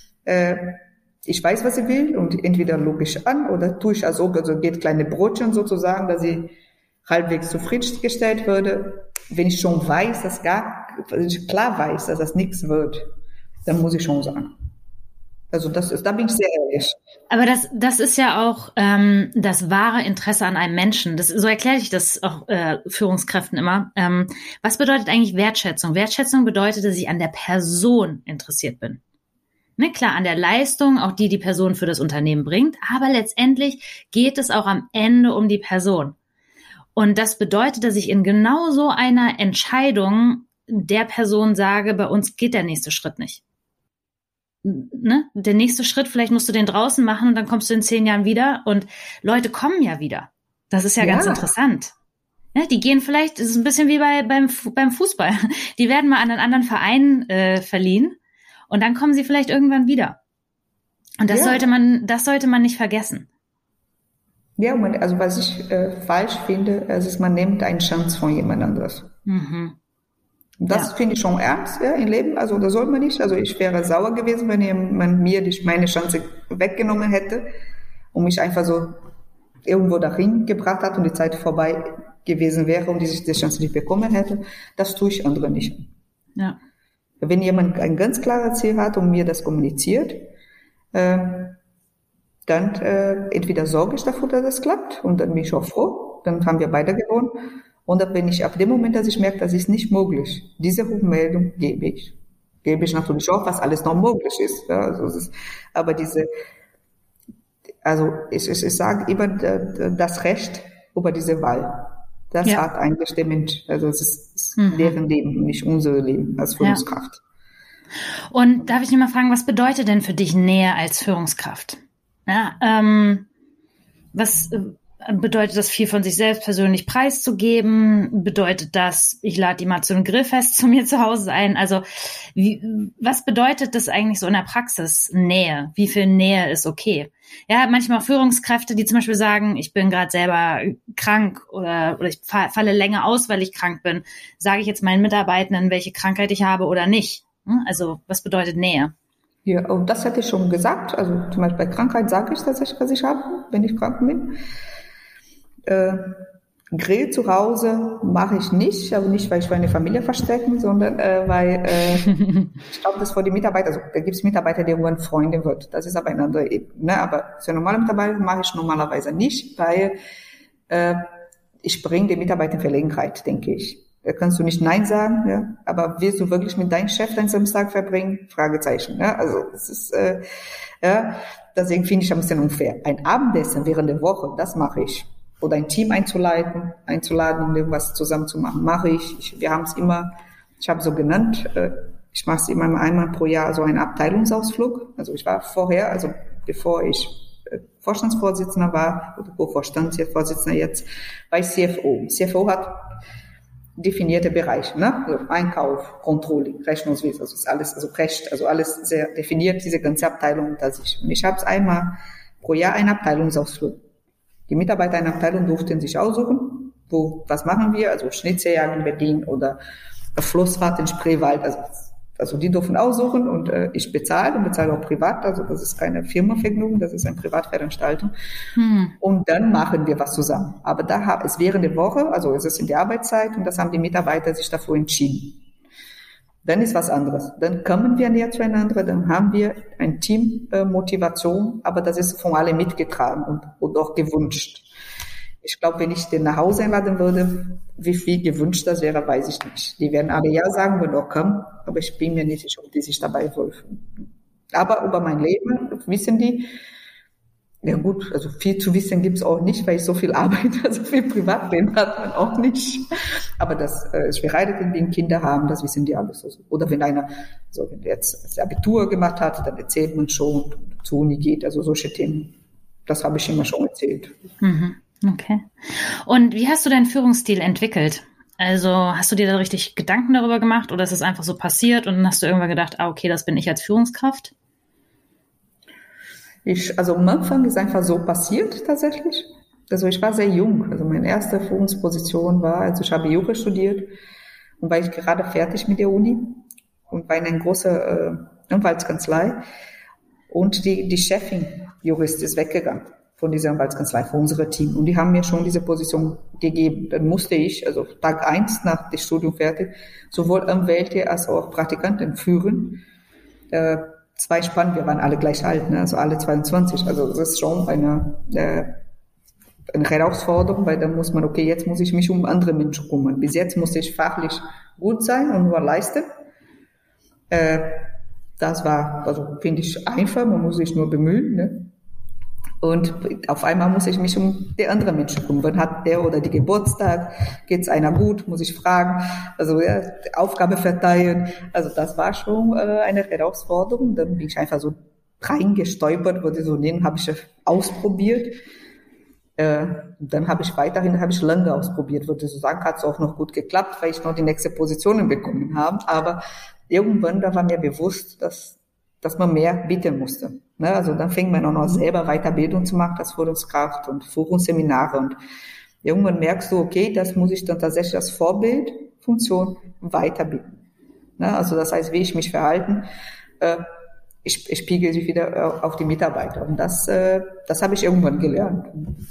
ich weiß, was sie will und entweder logisch an oder tue ich also geht kleine Brotchen sozusagen, dass sie halbwegs zufriedengestellt würde. Wenn ich schon weiß, wenn ich klar weiß, dass das nichts wird, dann muss ich schon sagen. Also da bin ich sehr ehrlich. Aber das ist ja auch das wahre Interesse an einem Menschen. So erkläre ich das auch Führungskräften immer. Was bedeutet eigentlich Wertschätzung? Wertschätzung bedeutet, dass ich an der Person interessiert bin. Ne, klar, an der Leistung, auch die Person für das Unternehmen bringt, aber letztendlich geht es auch am Ende um die Person. Und das bedeutet, dass ich in genau so einer Entscheidung der Person sage, bei uns geht der nächste Schritt nicht. Ne? Der nächste Schritt, vielleicht musst du den draußen machen und dann kommst du in 10 Jahren wieder und Leute kommen ja wieder. Das ist ja ganz interessant. Ja, die gehen vielleicht, das ist ein bisschen wie beim Fußball. Die werden mal an einen anderen Verein verliehen und dann kommen sie vielleicht irgendwann wieder. Und das sollte man nicht vergessen. Ja, also was ich falsch finde, ist, man nimmt eine Chance von jemand anderes. Das finde ich schon ernst, im Leben. Also das soll man nicht. Also ich wäre sauer gewesen, wenn man mir meine Chance weggenommen hätte und mich einfach so irgendwo dahin gebracht hat und die Zeit vorbei gewesen wäre und ich die Chance nicht bekommen hätte. Das tue ich andere nicht. Ja. Wenn jemand ein ganz klares Ziel hat und mir das kommuniziert, dann entweder sorge ich dafür, dass es klappt und dann bin ich auch froh. Dann haben wir beide gewonnen. Und dann bin ich ab dem Moment, dass ich merke, das ist nicht möglich, diese Rückmeldung gebe ich. Gebe ich natürlich auch, was alles noch möglich ist. Ja, also aber ich sage immer das Recht über diese Wahl. Das hat eigentlich der Mensch. Also es ist deren Leben, nicht unser Leben als Führungskraft. Und darf ich dich mal fragen, was bedeutet denn für dich Nähe als Führungskraft? Ja, was bedeutet das, viel von sich selbst persönlich preiszugeben? Bedeutet das, ich lade die mal zu einem Grillfest zu mir zu Hause ein? Also was bedeutet das eigentlich so in der Praxis, Nähe? Wie viel Nähe ist okay? Ja, manchmal Führungskräfte, die zum Beispiel sagen, ich bin gerade selber krank oder ich falle länger aus, weil ich krank bin. Sage ich jetzt meinen Mitarbeitenden, welche Krankheit ich habe oder nicht? Also was bedeutet Nähe? Ja, und das hätte ich schon gesagt. Also zum Beispiel bei Krankheit sage ich tatsächlich, was ich habe, wenn ich krank bin. Grill zu Hause mache ich nicht, aber nicht, weil ich meine Familie verstecken, sondern weil ich glaube, das für die Mitarbeiter, also da gibt es Mitarbeiter, die irgendwann Freunde wird. Das ist aber eine andere Ebene. Ne? Aber für normale Mitarbeiter mache ich normalerweise nicht, weil ich bringe den Mitarbeiter in Verlegenheit, denke ich. Da kannst du nicht Nein sagen, ja, aber willst du wirklich mit deinem Chef deinen Samstag verbringen? Fragezeichen, ja, also es ist, ja, deswegen finde ich ein bisschen unfair. Ein Abendessen während der Woche, das mache ich. Oder ein Team einzuladen, um irgendwas zusammen zu machen, mache ich. Wir haben es immer, ich habe so genannt, ich mache es immer einmal pro Jahr so einen Abteilungsausflug. Also ich war vorher, also bevor ich Vorstandsvorsitzender war, oder Co-Vorstandsvorsitzender jetzt, war ich CFO. CFO hat definierte Bereiche, ne? Also Einkauf, Controlling, Rechnungswesen, also ist alles, also Recht, also alles sehr definiert, diese ganze Abteilung unter sich. Und ich habe es einmal pro Jahr einen Abteilungsausflug. Die Mitarbeiter einer Abteilung durften sich aussuchen, was machen wir, also Schnitzeljagd in Berlin oder Flussfahrt in Spreewald, also die dürfen aussuchen und ich bezahle auch privat, also das ist keine Firmenvergnügen, das ist eine Privatveranstaltung. Und dann machen wir was zusammen. Aber da ist während der Woche, also es ist in der Arbeitszeit und das haben die Mitarbeiter sich dafür entschieden. Dann ist was anderes. Dann kommen wir näher zueinander, dann haben wir ein Team Motivation, aber das ist von allen mitgetragen und auch gewünscht. Ich glaube, wenn ich den nach Hause einladen würde, wie viel gewünscht das wäre, weiß ich nicht. Die werden alle ja sagen, wenn auch kommen, aber ich bin mir nicht sicher, ob die sich dabei wohlfühlen. Aber über mein Leben wissen die, ja gut, also viel zu wissen gibt's auch nicht, weil ich so viel arbeite, so viel Privatleben hat man auch nicht. Aber dass ich verheiratet bin, Kinder haben, das wissen die alles. Also, oder wenn einer, so wenn der jetzt das Abitur gemacht hat, dann erzählt man schon, zur Uni geht, also solche Themen. Das habe ich immer schon erzählt. Mhm. Okay. Und wie hast du deinen Führungsstil entwickelt? Also hast du dir da richtig Gedanken darüber gemacht oder ist es einfach so passiert und dann hast du irgendwann gedacht, okay, das bin ich als Führungskraft? Also am Anfang ist einfach so passiert tatsächlich. Also ich war sehr jung. Also meine erste Führungsposition war, also ich habe Jura studiert und war ich gerade fertig mit der Uni und war in einer großen Anwaltskanzlei und die Chefin, Jurist, ist weggegangen von dieser Anwaltskanzlei, von unserem Team. Und die haben mir schon diese Position gegeben. Dann musste ich, also Tag 1 nach dem Studium fertig, sowohl Anwälte als auch Praktikanten führen. 2 Spannen, wir waren alle gleich alt, ne? Also alle 22. Also das ist schon eine Herausforderung, weil dann muss man, okay, jetzt muss ich mich um andere Menschen kümmern. Bis jetzt musste ich fachlich gut sein und nur leisten. Das war, also finde ich einfach, man muss sich nur bemühen, ne? Und auf einmal muss ich mich um die anderen Menschen kümmern. Wann hat der oder die Geburtstag? Geht's einer gut? Muss ich fragen? Also ja, Aufgabe verteilen. Also das war schon eine Herausforderung. Dann bin ich einfach so reingestolpert, würde ich so nehmen, habe ich ausprobiert. Dann habe ich lange ausprobiert, würde ich so sagen, hat es auch noch gut geklappt, weil ich noch die nächste Positionen bekommen habe. Aber irgendwann, da war mir bewusst, dass man mehr bieten musste. Ne? Also dann fing man auch noch selber Weiterbildung zu machen, als Führungskraft und Führungsseminare. Und irgendwann merkst du, okay, das muss ich dann tatsächlich als Vorbildfunktion weiterbilden. Ne? Also das heißt, wie ich mich verhalten, ich spiegel sie wieder auf die Mitarbeiter. Und das habe ich irgendwann gelernt,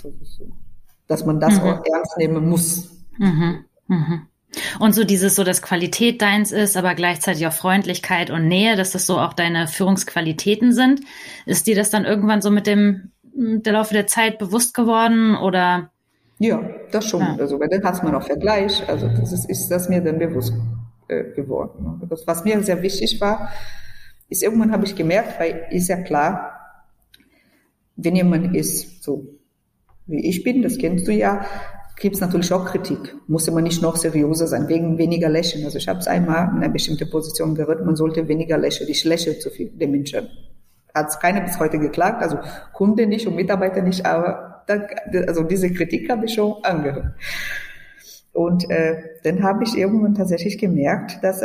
dass man das auch ernst nehmen muss. Mhm. Mhm. Und so das Qualität deins ist, aber gleichzeitig auch Freundlichkeit und Nähe, dass das so auch deine Führungsqualitäten sind. Ist dir das dann irgendwann so mit der Laufe der Zeit bewusst geworden oder? Ja, das schon. Ja. Also, weil dann hat man auch Vergleich. Also, ist das mir dann bewusst geworden. Das, was mir sehr wichtig war, ist irgendwann habe ich gemerkt, weil ist ja klar, wenn jemand ist, so wie ich bin, das kennst du ja, gibt es natürlich auch Kritik. Muss immer nicht noch seriöser sein, wegen weniger Lächeln. Also ich habe es einmal in einer bestimmten Position gehört, man sollte weniger lächeln. Ich lächle zu viel, den Menschen. Hat es keiner bis heute geklagt, also Kunde nicht und Mitarbeiter nicht, aber also diese Kritik habe ich schon angehört. Und dann habe ich irgendwann tatsächlich gemerkt, dass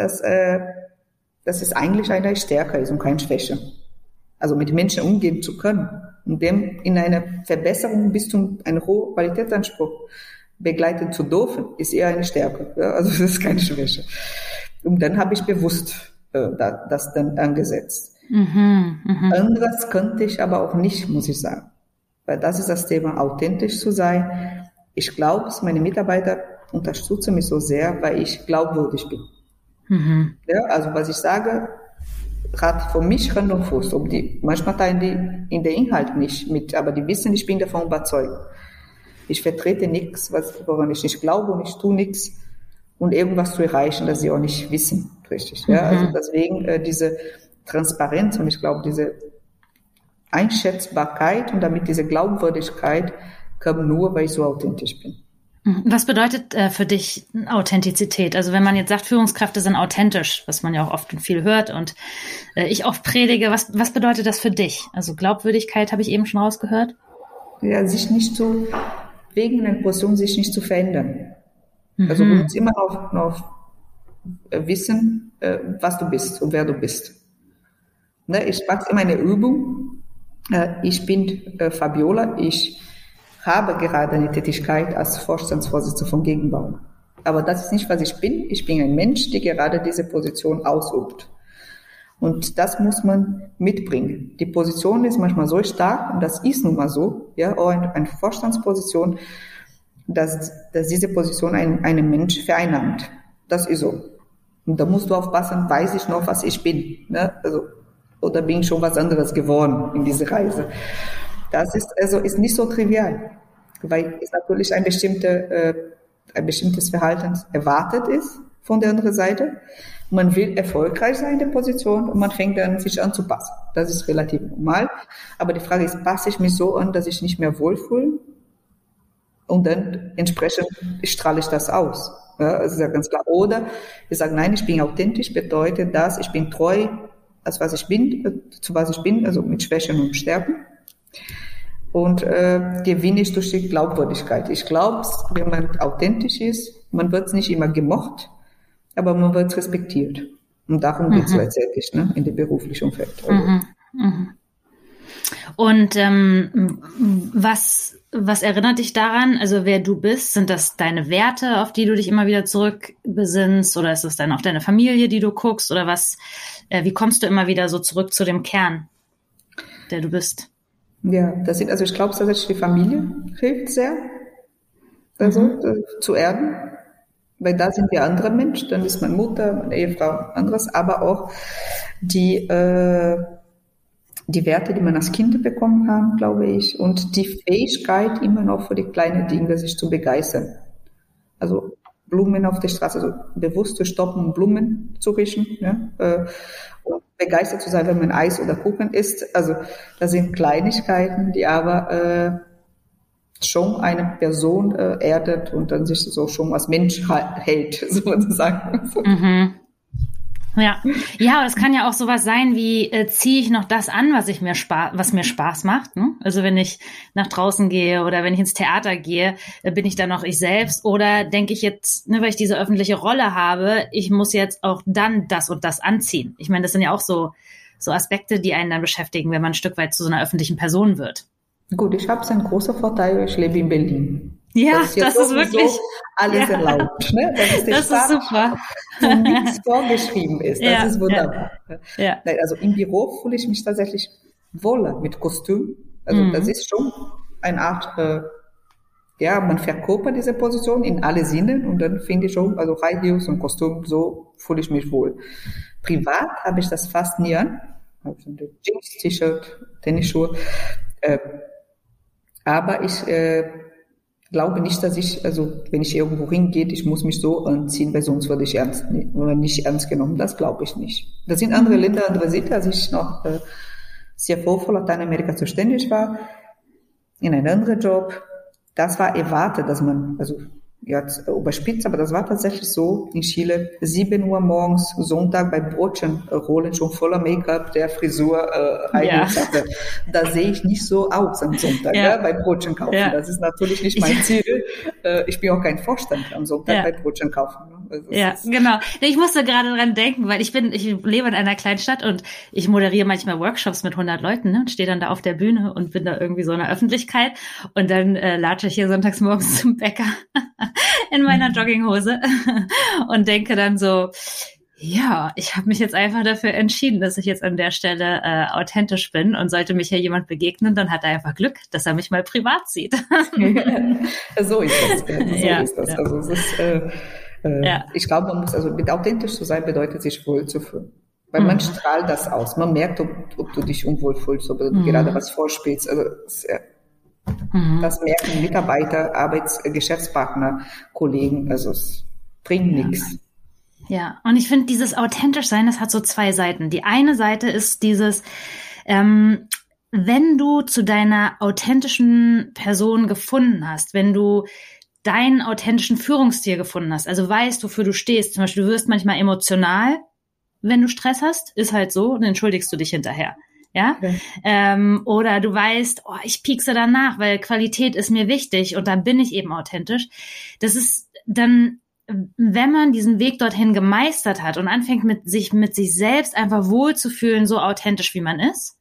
es eigentlich eine Stärke ist und keine Schwäche. Also mit Menschen umgehen zu können und dem in einer Verbesserung bis zu einem hohen Qualitätsanspruch begleiten zu dürfen, ist eher eine Stärke. Ja? Also das ist keine Schwäche. Und dann habe ich bewusst das dann angesetzt. Anderes könnte ich aber auch nicht, muss ich sagen. Weil das ist das Thema, authentisch zu sein. Ich glaube, meine Mitarbeiter unterstützen mich so sehr, weil ich glaubwürdig bin. Ja, also was ich sage, hat für mich Hand und Fuß. Manchmal teilen die in der Inhalt nicht mit, aber die wissen, ich bin davon überzeugt. Ich vertrete nichts, woran ich nicht glaube, und ich tue nichts, um irgendwas zu erreichen, das sie auch nicht wissen, richtig. Ja? Also deswegen diese Transparenz und ich glaube, diese Einschätzbarkeit und damit diese Glaubwürdigkeit kam nur, weil ich so authentisch bin. Was bedeutet für dich Authentizität? Also wenn man jetzt sagt, Führungskräfte sind authentisch, was man ja auch oft und viel hört und ich oft predige, was bedeutet das für dich? Also Glaubwürdigkeit habe ich eben schon rausgehört. Ja, sich nicht zu, wegen einer Position sich nicht zu verändern. Also du musst immer noch wissen, was du bist und wer du bist. Ne, ich mache immer eine Übung. Ich bin Fabiola, ich habe gerade eine Tätigkeit als Vorstandsvorsitzende von Gegenbau. Aber das ist nicht, was ich bin. Ich bin ein Mensch, der gerade diese Position ausübt. Und das muss man mitbringen. Die Position ist manchmal so stark, und das ist nun mal so, ja, auch eine Vorstandsposition, dass diese Position einen Mensch vereinnahmt. Das ist so. Und da musst du aufpassen, weiß ich noch, was ich bin, ne? Also, oder bin ich schon was anderes geworden in dieser Reise. Das ist nicht so trivial, weil es natürlich ein bestimmtes Verhalten erwartet ist von der anderen Seite. Man will erfolgreich sein in der Position und man fängt dann sich an zu passen. Das ist relativ normal. Aber die Frage ist, passe ich mich so an, dass ich nicht mehr wohlfühle? Und dann entsprechend strahle ich das aus. Ja, das ist ja ganz klar. Oder ich sage, nein, ich bin authentisch, bedeutet das, ich bin treu, zu was ich bin, also mit Schwächen und Stärken. Und gewinne ich durch die Glaubwürdigkeit. Ich glaube, wenn man authentisch ist, man wird nicht immer gemocht, aber man wird respektiert. Und darum geht es letztendlich, ne, in dem beruflichen Umfeld. Also. Und was erinnert dich daran? Also wer du bist, sind das deine Werte, auf die du dich immer wieder zurückbesinnst, oder ist es dann auch deine Familie, die du guckst, oder was? Wie kommst du immer wieder so zurück zu dem Kern, der du bist? Ja, ich glaube tatsächlich, die Familie hilft sehr, also zu erden, weil da sind wir andere Menschen, dann ist meine Mutter, meine Ehefrau, anderes, aber auch die Werte, die man als Kind bekommen haben, glaube ich, und die Fähigkeit, immer noch für die kleinen Dinge sich zu begeistern. Also Blumen auf der Straße, also bewusst zu stoppen, Blumen zu riechen, ja, und begeistert zu sein, wenn man Eis oder Kuchen isst. Also das sind Kleinigkeiten, die aber schon eine Person erdet und dann sich so schon als Mensch hält, sozusagen. Ja, das kann ja auch sowas sein wie, ziehe ich noch das an, was mir Spaß macht, ne? Also wenn ich nach draußen gehe oder wenn ich ins Theater gehe, bin ich dann noch ich selbst, oder denke ich jetzt, ne, weil ich diese öffentliche Rolle habe, ich muss jetzt auch dann das und das anziehen. Ich meine, das sind ja auch so Aspekte, die einen dann beschäftigen, wenn man ein Stück weit zu so einer öffentlichen Person wird. Gut, ich habe einen großen Vorteil, ich lebe in Berlin. Ja, das ist wirklich alles erlaubt. Ne? Das ist super. Wo nichts vorgeschrieben ist. Das ist wunderbar. Ja. Also im Büro fühle ich mich tatsächlich wohler mit Kostüm. Also das ist schon eine Art, man verkörpert diese Position in alle Sinnen, und dann finde ich schon, also High Heels und Kostüm, so fühle ich mich wohl. Privat habe ich das fast nie an. Also Jeans, T-Shirt, Tennisschuhe. Aber ich glaube nicht, dass wenn ich irgendwo hingehe, ich muss mich so anziehen, weil sonst würde ich nicht ernst genommen. Das glaube ich nicht. Das sind andere Länder, andere Sitten, als ich noch sehr froh für Lateinamerika zuständig war, in einem anderen Job. Das war erwartet, dass man, überspitzt, aber das war tatsächlich so in Chile, 7 Uhr morgens, Sonntag bei Brotchen rollen, schon voller Make-up, der Frisur, hatte. Da sehe ich nicht so aus am Sonntag, bei Brotchen kaufen. Ja. Das ist natürlich nicht mein Ziel. Ich bin auch kein Vorstand am Sonntag bei Brotchen kaufen. Also genau. Ich musste gerade dran denken, weil ich lebe in einer kleinen Stadt und ich moderiere manchmal Workshops mit 100 Leuten, ne, und stehe dann da auf der Bühne und bin da irgendwie so in der Öffentlichkeit, und dann latsche ich hier sonntags morgens zum Bäcker in meiner Jogginghose und denke dann so, ja, ich habe mich jetzt einfach dafür entschieden, dass ich jetzt an der Stelle authentisch bin, und sollte mich hier jemand begegnen, dann hat er einfach Glück, dass er mich mal privat sieht. So ist das. Also es ist, ich glaube, man muss, mit authentisch zu sein, bedeutet sich wohl zu fühlen. Weil man strahlt das aus. Man merkt, ob du dich unwohl fühlst, ob du gerade was vorspielst. Also Das merken Mitarbeiter, Geschäftspartner, Kollegen, also es bringt nichts. Ja, und ich finde, dieses authentisch sein, das hat so zwei Seiten. Die eine Seite ist dieses, wenn du zu deiner authentischen Person gefunden hast, wenn du deinen authentischen Führungsstil gefunden hast, also weißt, wofür du stehst, zum Beispiel, du wirst manchmal emotional, wenn du Stress hast, ist halt so, dann entschuldigst du dich hinterher. Ja, okay. Oder du weißt, oh, ich piekse danach, weil Qualität ist mir wichtig und dann bin ich eben authentisch. Das ist dann, wenn man diesen Weg dorthin gemeistert hat und anfängt mit sich selbst einfach wohlzufühlen, so authentisch wie man ist,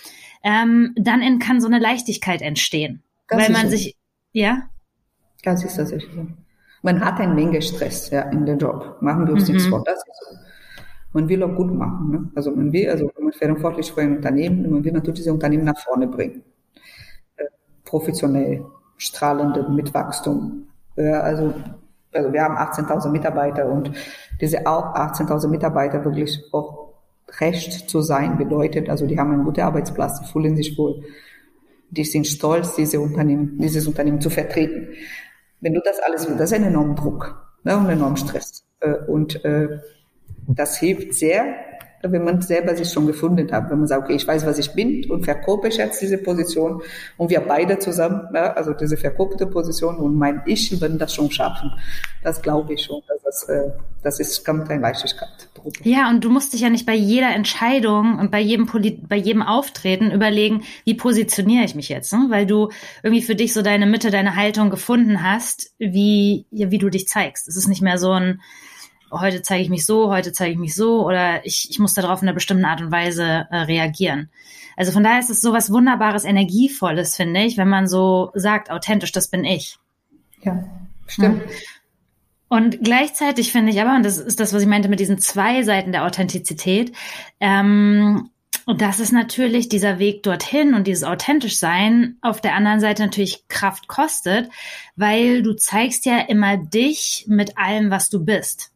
dann kann so eine Leichtigkeit entstehen. Das weil man so. Sich, ja? Das ist tatsächlich so. Man hat eine Menge Stress, ja, in dem Job. Machen wir uns nichts vor, das ist so. Man will auch gut machen, ne? Also man verantwortlich für ein Unternehmen, man will natürlich dieses Unternehmen nach vorne bringen. Professionell, strahlend, mit Wachstum. Also wir haben 18.000 Mitarbeiter und diese auch 18.000 Mitarbeiter wirklich auch recht zu sein bedeutet, also die haben einen guten Arbeitsplatz, die fühlen sich wohl, die sind stolz, dieses Unternehmen zu vertreten. Wenn du das alles willst, das ist ein enormer Druck, ne, und ein enormer Stress. Und das hilft sehr, wenn man selber sich schon gefunden hat, wenn man sagt, okay, ich weiß, was ich bin und verkörper ich jetzt diese Position und wir beide zusammen, ne, also diese verkörperte Position und mein Ich werden das schon schaffen. Das glaube ich schon, dass kommt eine Leichtigkeit. Ja, und du musst dich ja nicht bei jeder Entscheidung und bei jedem Auftreten überlegen, wie positioniere ich mich jetzt, ne? Weil du irgendwie für dich so deine Mitte, deine Haltung gefunden hast, wie du dich zeigst. Es ist nicht mehr so ein heute zeige ich mich so, oder ich muss darauf in einer bestimmten Art und Weise reagieren. Also von daher ist es so was Wunderbares, Energievolles, finde ich, wenn man so sagt, authentisch, das bin ich. Ja, stimmt. Ja. Und gleichzeitig finde ich aber, und das ist das, was ich meinte mit diesen zwei Seiten der Authentizität, und das ist natürlich dieser Weg dorthin und dieses authentisch sein auf der anderen Seite natürlich Kraft kostet, weil du zeigst ja immer dich mit allem, was du bist.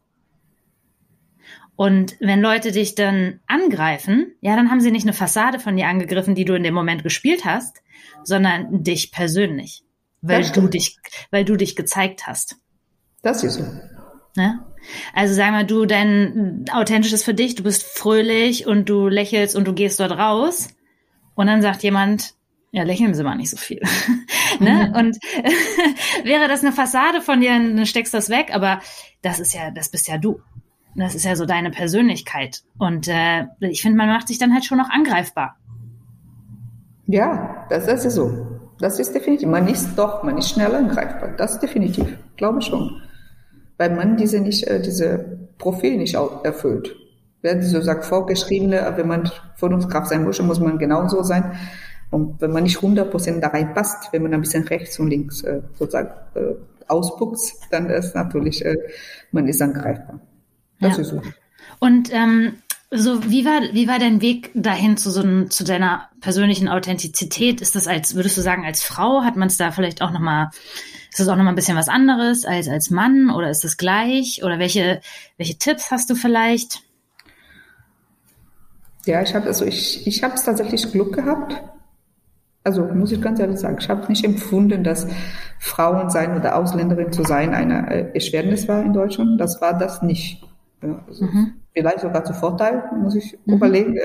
Und wenn Leute dich dann angreifen, ja, dann haben sie nicht eine Fassade von dir angegriffen, die du in dem Moment gespielt hast, sondern dich persönlich, weil du dich gezeigt hast. Das ist so. Ne? Also sag mal, dein authentisches für dich, du bist fröhlich und du lächelst und du gehst dort raus und dann sagt jemand, ja, lächeln Sie mal nicht so viel. Ne? Und wäre das eine Fassade von dir, dann steckst du das weg, aber das bist ja du. Das ist ja so deine Persönlichkeit. Und ich finde, man macht sich dann halt schon noch angreifbar. Ja, das ist so. Das ist definitiv. Man ist schnell angreifbar. Das ist definitiv. Glaube ich schon. Weil man diese Profil nicht erfüllt. Wer so sagt, vorgeschriebene, wenn man Führungskraft sein muss man genauso sein. Und wenn man nicht 100% da reinpasst, wenn man ein bisschen rechts und links sozusagen ausputzt, dann ist natürlich, man ist angreifbar. Das ist so. Und so wie war dein Weg dahin zu deiner persönlichen Authentizität? Ist das würdest du sagen, als Frau hat man es da vielleicht auch nochmal, ist das auch nochmal ein bisschen was anderes als Mann oder ist das gleich? Oder welche Tipps hast du vielleicht? Ja, ich habe tatsächlich Glück gehabt. Also muss ich ganz ehrlich sagen, ich habe nicht empfunden, dass Frauen sein oder Ausländerin zu sein eine Erschwernis war in Deutschland. Das war das nicht. Ja, also vielleicht sogar zu Vorteil, muss ich überlegen.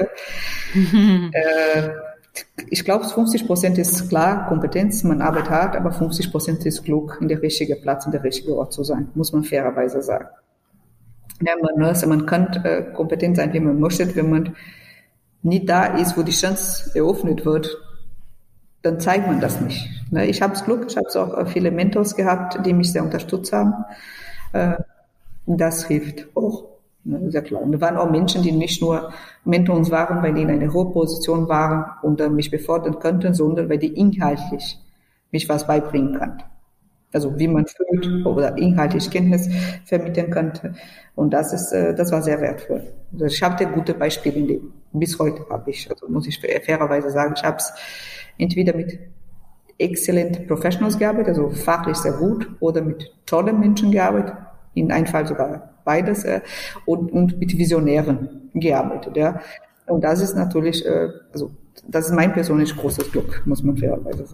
Ich glaube, 50% ist klar Kompetenz, man arbeitet hart, aber 50% ist Glück, in der richtigen Platz, in der richtigen Ort zu sein, muss man fairerweise sagen. Ja, man kann kompetent sein, wie man möchte, wenn man nicht da ist, wo die Chance eröffnet wird, dann zeigt man das nicht. Ich habe das Glück, ich habe auch viele Mentors gehabt, die mich sehr unterstützt haben. Das hilft auch, sehr klar. Und da waren auch Menschen, die nicht nur Mentors waren, weil die in einer hohen Position waren und mich befördern könnten, sondern weil die inhaltlich mich was beibringen kann. Also wie man fühlt oder inhaltlich Kenntnis vermitteln könnte. Und das war sehr wertvoll. Also ich habe gute Beispiele in dem. Bis heute habe ich, also muss ich fairerweise sagen, ich habe es entweder mit excellent Professionals gearbeitet, also fachlich sehr gut, oder mit tollen Menschen gearbeitet, in einem Fall sogar beides, und mit Visionären gearbeitet, ja. Und das ist natürlich, also das ist mein persönlich großes Glück, muss man fairerweise sagen.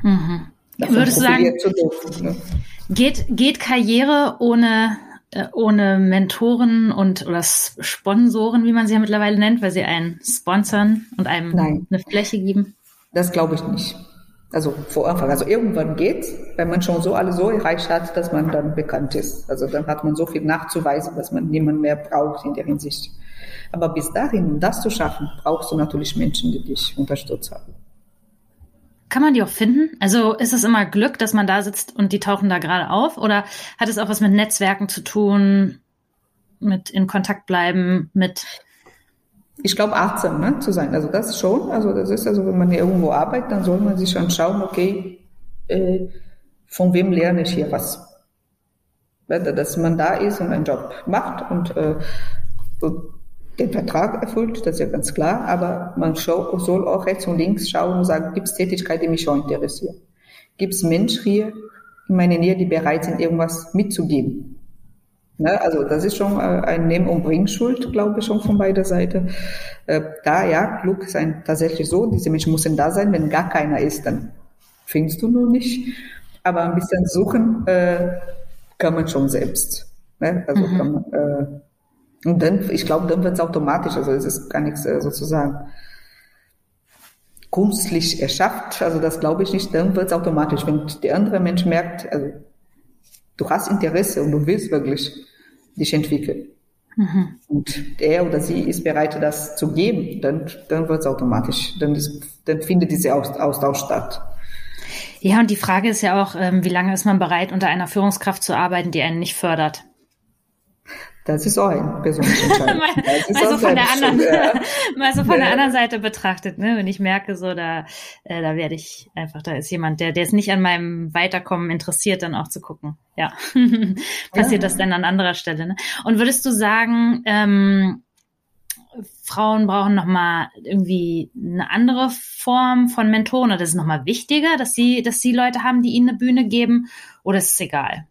Mhm. Würdest du sagen, geht Karriere ohne Mentoren oder Sponsoren, wie man sie ja mittlerweile nennt, weil sie einen sponsern und einem eine Fläche geben? Das glaube ich nicht. Also vor Anfang, also irgendwann geht's, wenn man schon so alles so erreicht hat, dass man dann bekannt ist. Also dann hat man so viel nachzuweisen, dass man niemanden mehr braucht in der Hinsicht. Aber bis dahin, um das zu schaffen, brauchst du natürlich Menschen, die dich unterstützt haben. Kann man die auch finden? Also ist es immer Glück, dass man da sitzt und die tauchen da gerade auf? Oder hat es auch was mit Netzwerken zu tun, mit in Kontakt bleiben, mit... Ich glaube, achtsam zu sein. Also das schon. Also das ist also, wenn man irgendwo arbeitet, dann soll man sich schon schauen, okay, von wem lerne ich hier was? Dass man da ist und einen Job macht und den Vertrag erfüllt, das ist ja ganz klar. Aber man soll auch rechts und links schauen und sagen, gibt es Tätigkeiten, die mich schon interessieren? Gibt es Menschen hier in meiner Nähe, die bereit sind, irgendwas mitzugeben? Ne, also das ist schon ein Nehmen- und Bringschuld, glaube ich, schon von beider Seite. Glück ist tatsächlich so, diese Menschen müssen da sein, wenn gar keiner ist, dann findest du nur nicht. Aber ein bisschen suchen kann man schon selbst. Ne? Also kann man, und dann, ich glaube, dann wird es automatisch, also es ist gar nichts sozusagen künstlich erschafft, also das glaube ich nicht, dann wird es automatisch, wenn der andere Mensch merkt, also du hast Interesse und du willst wirklich dich entwickeln. Und er oder sie ist bereit, das zu geben, dann wird es automatisch. Dann findet dieser Austausch statt. Ja, und die Frage ist ja auch, wie lange ist man bereit, unter einer Führungskraft zu arbeiten, die einen nicht fördert? Das ist auch ein persönlicher Entscheid. Also von der anderen Seite betrachtet, ne? Wenn ich merke, so da werde ich einfach, da ist jemand, der ist nicht an meinem Weiterkommen interessiert, dann auch zu gucken. Ja, passiert das denn an anderer Stelle? Ne? Und würdest du sagen, Frauen brauchen nochmal irgendwie eine andere Form von Mentoren, oder ist es nochmal wichtiger, dass sie Leute haben, die ihnen eine Bühne geben, oder ist es egal?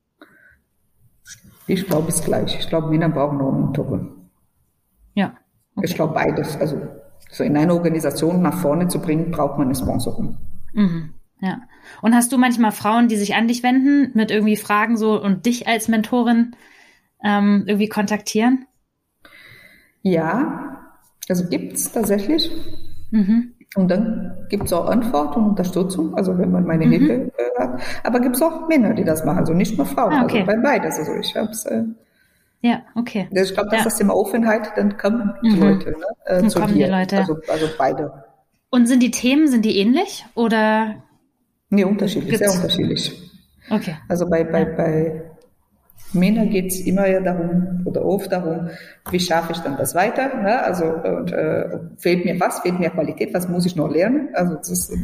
Ich glaube, es ist gleich. Ich glaube, Männer brauchen noch einen Mentoren. Ja. Okay. Ich glaube, beides. Also, so in einer Organisation nach vorne zu bringen, braucht man eine Sponsorin. Mhm. Ja. Und hast du manchmal Frauen, die sich an dich wenden mit irgendwie Fragen so und dich als Mentorin irgendwie kontaktieren? Ja, also gibt's tatsächlich. Und dann gibt's auch Antwort und Unterstützung, also wenn man meine Hilfe hat. Aber gibt's auch Männer, die das machen, also nicht nur Frauen, okay. Also bei beides. Also ich hab's. Ja, okay. Ich glaube, das ist das Thema Offenheit, dann kommen die Leute zu kommen dir. Die Leute. Also beide. Und sind die Themen, ähnlich oder? Nee, unterschiedlich, sehr unterschiedlich. Okay. Also bei Männern geht es immer ja darum oder oft darum, wie schaffe ich dann das weiter? Ne? Also fehlt mir Qualität, was muss ich noch lernen? Also das ist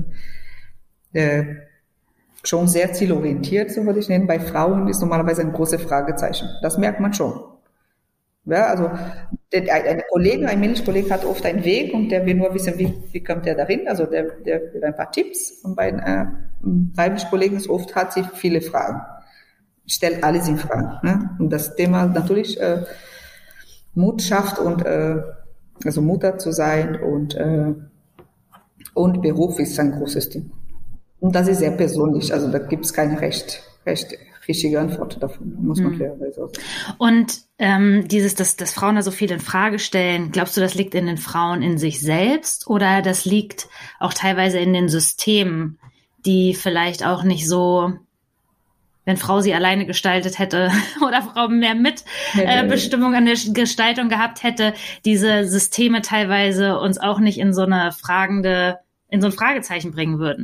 schon sehr zielorientiert, so würde ich nennen. Bei Frauen ist normalerweise ein großes Fragezeichen. Das merkt man schon. Ja, also ein männlicher Kollege hat oft einen Weg und der will nur wissen, wie kommt er dahin? Also der will ein paar Tipps. Und bei weiblichen Kollegen ist oft hat sie viele Fragen. Stellt alles in Frage. Ne? Und das Thema natürlich Mut schafft und also Mutter zu sein und Beruf ist ein großes Thema. Und das ist sehr persönlich. Also da gibt es keine richtige Antwort davon, muss man fairerweise sagen. Und dass Frauen da so viel in Frage stellen, glaubst du, das liegt in den Frauen in sich selbst oder das liegt auch teilweise in den Systemen, die vielleicht auch nicht so, wenn Frau sie alleine gestaltet hätte oder Frau mehr Mitbestimmung an der Gestaltung gehabt hätte, diese Systeme teilweise uns auch nicht in so ein Fragezeichen bringen würden?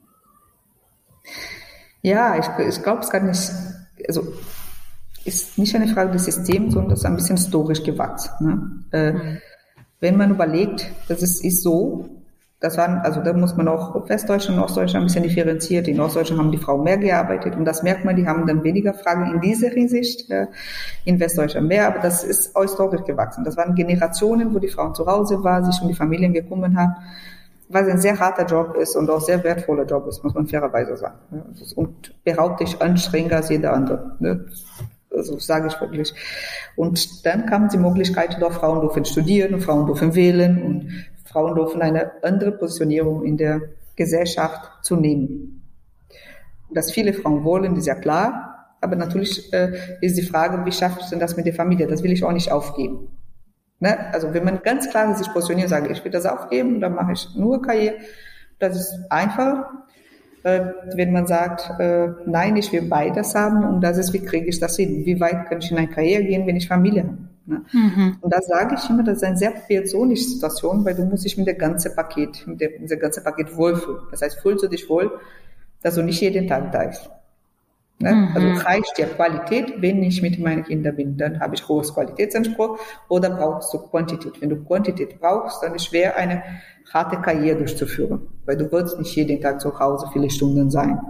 Ja, ich glaube, es kann nicht, also ist nicht eine Frage des Systems, sondern das ist ein bisschen historisch gewachsen. Ne? Wenn man überlegt, das ist so, da muss man auch Westdeutschland und Ostdeutschland ein bisschen differenziert. In Ostdeutschland haben die Frauen mehr gearbeitet und das merkt man, die haben dann weniger Fragen in dieser Hinsicht, in Westdeutschland mehr, aber das ist historisch gewachsen. Das waren Generationen, wo die Frauen zu Hause waren, sich um die Familien gekümmert haben, was ein sehr harter Job ist und auch sehr wertvoller Job ist, muss man fairerweise sagen. Und behaupte ich anstrengender als jeder andere. Ne? Also sage ich wirklich. Und dann kamen die Möglichkeiten, doch Frauen dürfen studieren, Frauen dürfen wählen und Frauen dürfen eine andere Positionierung in der Gesellschaft zu nehmen. Dass viele Frauen wollen, ist ja klar, aber natürlich ist die Frage, wie schaffe ich denn das mit der Familie? Das will ich auch nicht aufgeben. Ne? Also wenn man ganz klar sich positioniert und sagt, ich will das aufgeben, dann mache ich nur Karriere, das ist einfach. Wenn man sagt, nein, ich will beides haben und das ist, wie kriege ich das hin? Wie weit kann ich in eine Karriere gehen, wenn ich Familie habe? Ne? Und da sage ich immer, das ist eine sehr persönliche Situation, weil du musst dich mit dem ganzen Paket wohlfühlen. Das heißt, fühlst du dich wohl, dass du nicht jeden Tag da bist. Ne? Also reicht dir Qualität, wenn ich mit meinen Kindern bin, dann habe ich hohes Qualitätsanspruch, oder brauchst du Quantität? Wenn du Quantität brauchst, dann ist es schwer, eine harte Karriere durchzuführen, weil du wirst nicht jeden Tag zu Hause viele Stunden sein.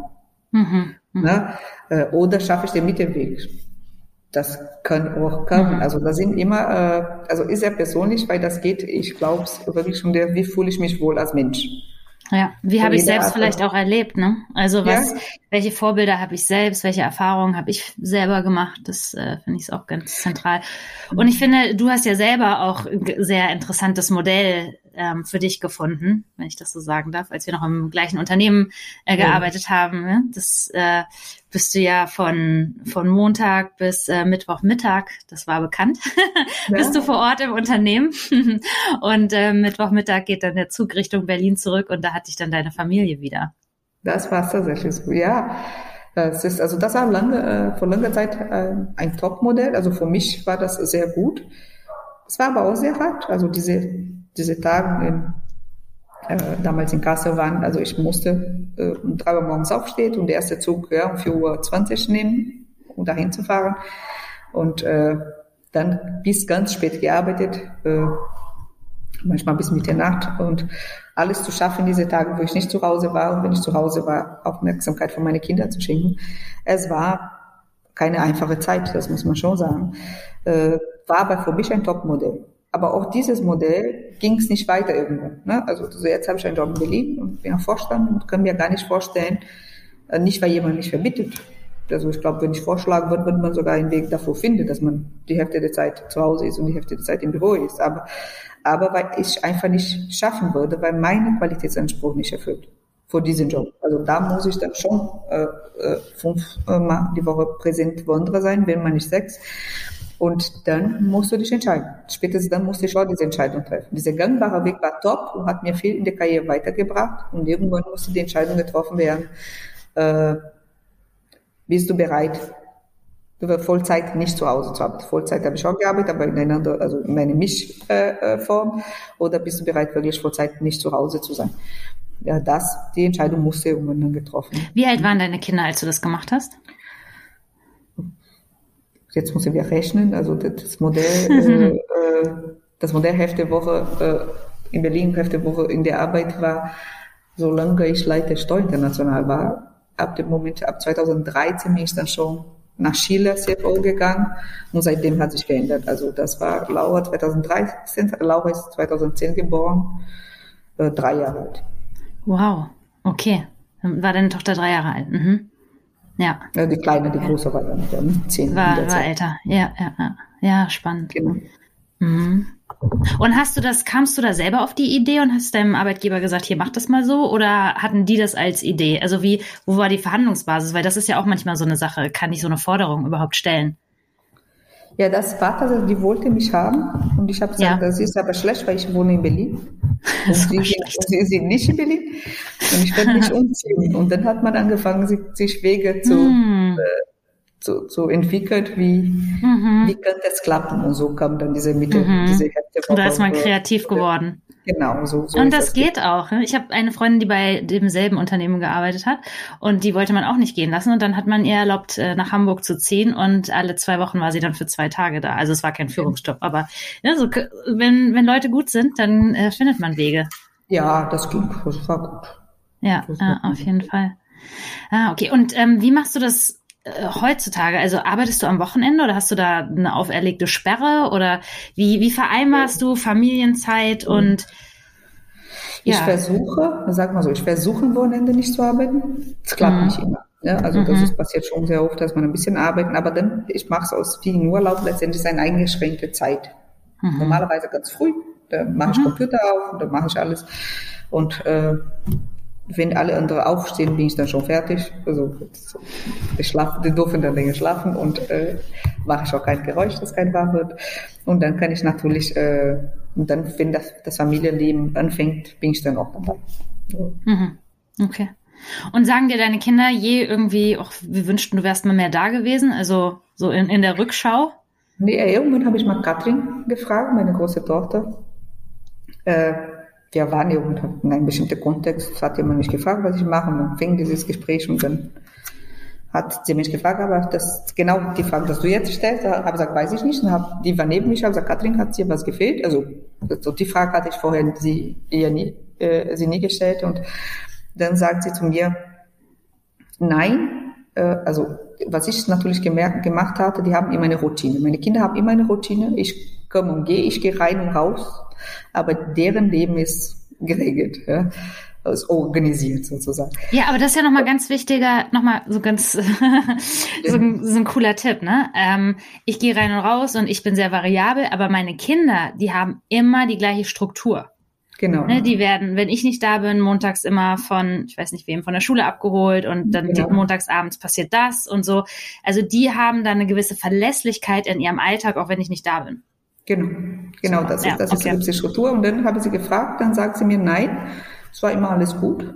Ne? Oder schaffe ich den Mittelweg? Das kann auch kommen. Also da sind immer, also ist sehr persönlich, weil das geht, ich glaube, wirklich schon wie fühle ich mich wohl als Mensch. Ja, wie habe ich selbst vielleicht auch erlebt, ne? Also welche Vorbilder habe ich selbst, welche Erfahrungen habe ich selber gemacht, das finde ich auch ganz zentral. Und ich finde, du hast ja selber auch ein sehr interessantes Modell für dich gefunden, wenn ich das so sagen darf, als wir noch im gleichen Unternehmen gearbeitet haben. Ne? Das bist du ja von Montag bis Mittwochmittag, das war bekannt, bist du vor Ort im Unternehmen und Mittwochmittag geht dann der Zug Richtung Berlin zurück und da hatte ich dann deine Familie wieder. Das war tatsächlich so, ja. Das war vor langer Zeit ein Topmodell, also für mich war das sehr gut. Es war aber auch sehr hart, also diese Tage damals in Kassel waren, also ich musste um 3 Uhr morgens aufstehen und der erste Zug um 4:20 Uhr nehmen, um dahin zu fahren. Und dann bis ganz spät gearbeitet, manchmal bis Mitternacht, und alles zu schaffen diese Tage, wo ich nicht zu Hause war, und wenn ich zu Hause war, Aufmerksamkeit von meinen Kindern zu schenken. Es war keine einfache Zeit, das muss man schon sagen. War aber für mich ein Topmodell. Aber auch dieses Modell ging es nicht weiter irgendwo. Ne? Also jetzt habe ich einen Job in Berlin und bin auch Vorstand und kann mir gar nicht vorstellen, nicht weil jemand mich verbietet. Also ich glaube, wenn ich vorschlagen würde, wird man sogar einen Weg davor finden, dass man die Hälfte der Zeit zu Hause ist und die Hälfte der Zeit im Büro ist. Aber weil ich einfach nicht schaffen würde, weil mein Qualitätsanspruch nicht erfüllt für diesen Job. Also da muss ich dann schon 5 Mal die Woche präsent woanders sein, wenn man nicht 6. Und dann musst du dich entscheiden. Spätestens dann musste ich auch diese Entscheidung treffen. Dieser gangbare Weg war top und hat mir viel in der Karriere weitergebracht. Und irgendwann musste die Entscheidung getroffen werden, bist du bereit, Vollzeit nicht zu Hause zu arbeiten. Vollzeit habe ich auch gearbeitet, aber in eine Mischform. Oder bist du bereit, wirklich Vollzeit nicht zu Hause zu sein? Ja, die Entscheidung musste irgendwann dann getroffen werden. Wie alt waren deine Kinder, als du das gemacht hast? Jetzt müssen wir rechnen, also das Modell, das Modell Hälftewoche in Berlin, Hälftewoche in der Arbeit war, solange ich Leiter Steuer International war. Ab 2013 bin ich dann schon nach Chile CFO gegangen und seitdem hat sich geändert. Also das war Laura 2013, Laura ist 2010 geboren, 3 Jahre alt. Wow, okay. Dann war deine Tochter 3 Jahre alt. Mhm. Ja. Die Kleine, die Große war dann 10. War älter. Ja, spannend. Genau. Mhm. Und kamst du da selber auf die Idee und hast deinem Arbeitgeber gesagt, hier, mach das mal so, oder hatten die das als Idee? Also wo war die Verhandlungsbasis? Weil das ist ja auch manchmal so eine Sache. Kann ich so eine Forderung überhaupt stellen? Ja, das war tatsächlich, die wollte mich haben. Und ich habe gesagt, das ist aber schlecht, weil ich wohne in Berlin. Und sie sind nicht in Berlin. Und ich werde nicht umziehen. Und dann hat man angefangen, sich Wege zu entwickeln, wie könnte es klappen? Und so kam dann diese Mitte, diese Hälfte. Und da ist man kreativ geworden. Genau, so. Und das geht auch. Ich habe eine Freundin, die bei demselben Unternehmen gearbeitet hat, und die wollte man auch nicht gehen lassen. Und dann hat man ihr erlaubt, nach Hamburg zu ziehen, und alle 2 Wochen war sie dann für 2 Tage da. Also es war kein Führungsjob, aber ja, so, wenn Leute gut sind, dann findet man Wege. Ja, das ging. Das war gut. Ja, auf jeden Fall. Okay. Und wie machst du das heutzutage? Also arbeitest du am Wochenende oder hast du da eine auferlegte Sperre, oder wie vereinbarst du Familienzeit und Ich versuche am Wochenende nicht zu arbeiten. Es klappt nicht immer. Ja, also das passiert schon sehr oft, dass man ein bisschen arbeiten, aber dann, ich mache es aus vielen Urlaub, letztendlich eine eingeschränkte Zeit. Normalerweise ganz früh, da mache ich Computer auf, da mache ich alles, und wenn alle anderen aufstehen, bin ich dann schon fertig. Also die dürfen dann länger schlafen und mache ich auch kein Geräusch, dass kein wahr wird. Und dann kann ich natürlich, und dann, wenn das Familienleben anfängt, bin ich dann auch dabei. So. Okay. Und sagen dir deine Kinder je irgendwie, wir wünschten, du wärst mal mehr da gewesen, also so in der Rückschau? Nee, irgendwann habe ich mal Katrin gefragt, meine große Tochter. Wir waren irgendwann in einem bestimmten Kontext, hat jemand mich gefragt, was ich mache, und dann fing dieses Gespräch und dann hat sie mich gefragt, aber das genau die Frage, dass du jetzt stellst, habe ich gesagt, weiß ich nicht, und die war neben mich, habe gesagt, Katrin, hat dir was gefehlt? Also die Frage hatte ich vorher sie nie gestellt, und dann sagt sie zu mir, nein, also was ich natürlich gemacht hatte, die haben immer eine Routine. Meine Kinder haben immer eine Routine, ich komme und gehe, ich gehe rein und raus, aber deren Leben ist geregelt, ja, ist organisiert sozusagen. Ja, aber das ist ja nochmal ganz wichtiger, nochmal so ganz so ein cooler Tipp, ne? Ich gehe rein und raus und ich bin sehr variabel, aber meine Kinder, die haben immer die gleiche Struktur. Genau. Ne, die werden, wenn ich nicht da bin, montags immer von, ich weiß nicht wem, von der Schule abgeholt und dann montagsabends passiert das und so. Also die haben da eine gewisse Verlässlichkeit in ihrem Alltag, auch wenn ich nicht da bin. Genau, das ist die Struktur. Und dann habe ich sie gefragt, dann sagt sie mir, nein, es war immer alles gut.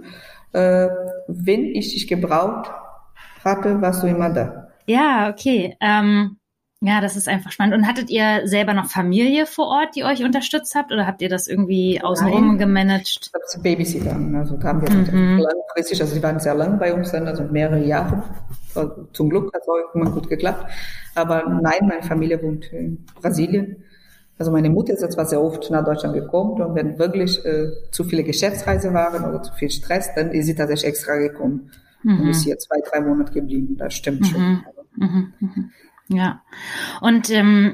Wenn ich dich gebraucht hatte, warst du immer da. Ja, okay. Ja, das ist einfach spannend. Und hattet ihr selber noch Familie vor Ort, die euch unterstützt habt, oder habt ihr das irgendwie außenrum gemanagt? Das ist Babysitter. Also da haben wir langfristig, also die waren sehr lang bei uns dann, also mehrere Jahre. Zum Glück hat es auch immer gut geklappt. Aber nein, meine Familie wohnt in Brasilien. Also meine Mutter ist jetzt zwar sehr oft nach Deutschland gekommen, und wenn wirklich zu viele Geschäftsreisen waren oder zu viel Stress, dann ist sie tatsächlich extra gekommen und ist hier 2-3 Monate geblieben. Das stimmt schon. Ja, und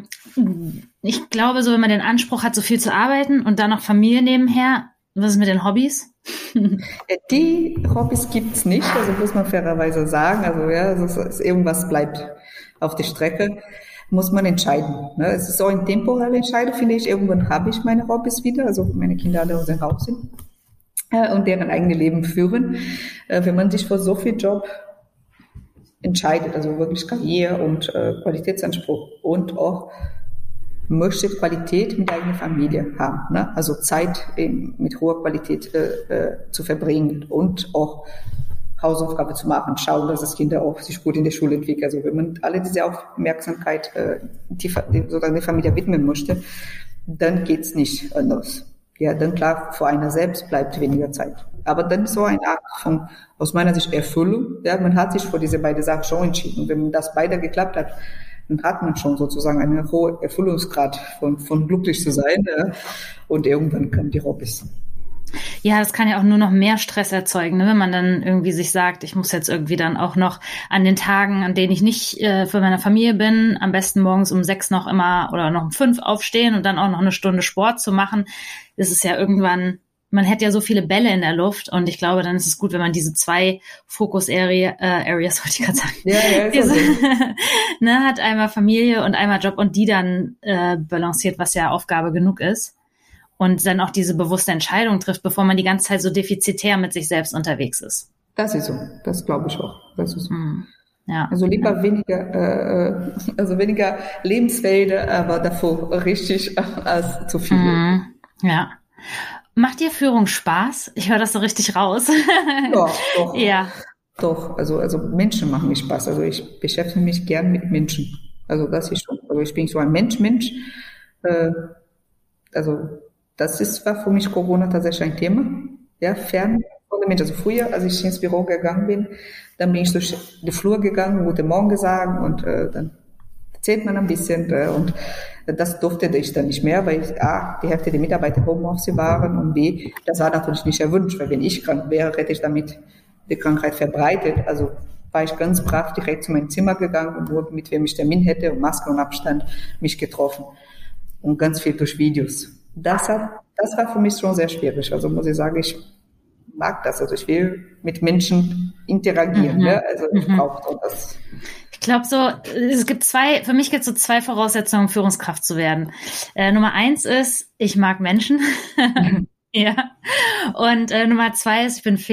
ich glaube, so wenn man den Anspruch hat, so viel zu arbeiten und dann noch Familie nebenher, was ist mit den Hobbys? Die Hobbys gibt's nicht, also muss man fairerweise sagen. Also ja, irgendwas bleibt auf der Strecke, muss man entscheiden. Ne? Es ist auch ein temporale Entscheidung, finde ich. Irgendwann habe ich meine Hobbys wieder, also meine Kinder alle aus dem Haus sind und deren eigene Leben führen. Wenn man sich vor so viel Job entscheidet, also wirklich Karriere und Qualitätsanspruch und auch möchte Qualität mit der eigenen Familie haben, ne? Also Zeit mit hoher Qualität zu verbringen und auch Hausaufgabe zu machen, schauen, dass das Kinder auch sich gut in der Schule entwickeln. Also wenn man alle diese Aufmerksamkeit sozusagen der Familie widmen möchte, dann geht's nicht anders. Ja, dann klar, vor einer selbst bleibt weniger Zeit. Aber dann ist so eine Art von, aus meiner Sicht, Erfüllung. Ja, man hat sich für diese beiden Sachen schon entschieden. Und wenn das beide geklappt hat, dann hat man schon sozusagen einen hohen Erfüllungsgrad von glücklich zu sein. Ja. Und irgendwann kommen die Hobbys. Ja, das kann ja auch nur noch mehr Stress erzeugen, ne? Wenn man dann irgendwie sich sagt, ich muss jetzt irgendwie dann auch noch an den Tagen, an denen ich nicht für meine Familie bin, am besten morgens um 6 noch immer oder noch um 5 aufstehen und dann auch noch eine Stunde Sport zu machen. Das ist ja irgendwann, man hätte ja so viele Bälle in der Luft, und ich glaube, dann ist es gut, wenn man diese 2 Areas, wollte ich gerade sagen, ne, hat einmal Familie und einmal Job und die dann balanciert, was ja Aufgabe genug ist. Und dann auch diese bewusste Entscheidung trifft, bevor man die ganze Zeit so defizitär mit sich selbst unterwegs ist. Das ist so, das glaube ich auch. Das ist so. Ja. Also lieber weniger Lebensfelder, aber davor richtig als zu viel. Ja. Macht dir Führung Spaß? Ich höre das so richtig raus. Doch. Ja. Doch, also Menschen machen mir Spaß. Also ich beschäftige mich gern mit Menschen. Also das ist schon, also ich bin so ein Mensch. Also das war für mich Corona tatsächlich ein Thema. Ja, fern von den Menschen. Also früher, als ich ins Büro gegangen bin, dann bin ich durch die Flur gegangen, guten Morgen gesagt, und dann erzählt man ein bisschen, und das durfte ich dann nicht mehr, weil die Hälfte der Mitarbeiter Homeoffice waren, und B, das war natürlich nicht erwünscht, weil wenn ich krank wäre, hätte ich damit die Krankheit verbreitet. Also war ich ganz brav direkt zu meinem Zimmer gegangen und wurde, mit wem ich Termin hätte, und Maske und Abstand, mich getroffen. Und ganz viel durch Videos. Das war für mich schon sehr schwierig. Also muss ich sagen, ich mag das. Also ich will mit Menschen interagieren. Ja? Also ich brauche das. Ich glaube für mich gibt es so 2 Voraussetzungen, um Führungskraft zu werden. Nummer 1 ist, ich mag Menschen. Ja. Und Nummer 2 ist, ich bin fähig,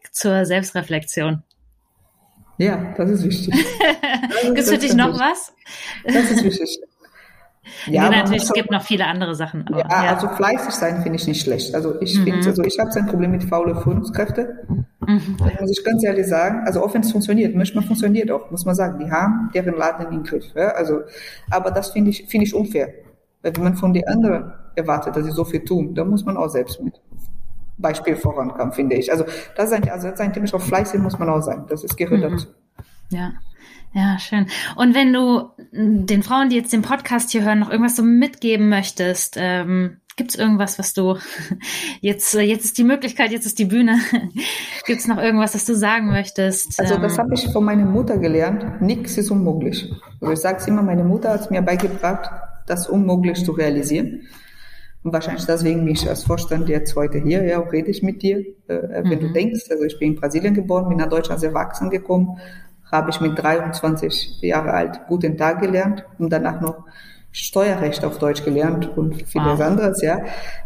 zur Selbstreflexion. Ja, das ist wichtig. Gibt es für dich noch was? Das ist wichtig. Ja, natürlich, es gibt noch viele andere Sachen. Aber, ja, also fleißig sein finde ich nicht schlecht. Also ich finde, also ich habe ein Problem mit faule Führungskräfte. Das muss ich ganz ehrlich sagen. Also auch wenn es funktioniert, manchmal funktioniert auch, muss man sagen. Die haben deren Laden in den Griff. Ja? Also, aber das finde ich unfair. Weil wenn man von den anderen erwartet, dass sie so viel tun, dann muss man auch selbst mit Beispiel vorankommen, finde ich. Also das ist ein Thema, auf fleißig muss man auch sein. Gehört dazu. Ja. Ja, schön. Und wenn du den Frauen, die jetzt den Podcast hier hören, noch irgendwas so mitgeben möchtest, gibt es irgendwas, was du jetzt ist die Möglichkeit, jetzt ist die Bühne. Gibt es noch irgendwas, was du sagen möchtest? Also das habe ich von meiner Mutter gelernt. Nichts ist unmöglich. Also ich sage es immer, meine Mutter hat es mir beigebracht, das unmöglich zu realisieren. Und wahrscheinlich deswegen bin ich als Vorstand jetzt heute hier, ja, auch rede ich mit dir. Wenn du denkst, also ich bin in Brasilien geboren, bin nach Deutschland als Erwachsen gekommen, habe ich mit 23 Jahre alt guten Tag gelernt und danach noch Steuerrecht auf Deutsch gelernt und vieles anderes, ja.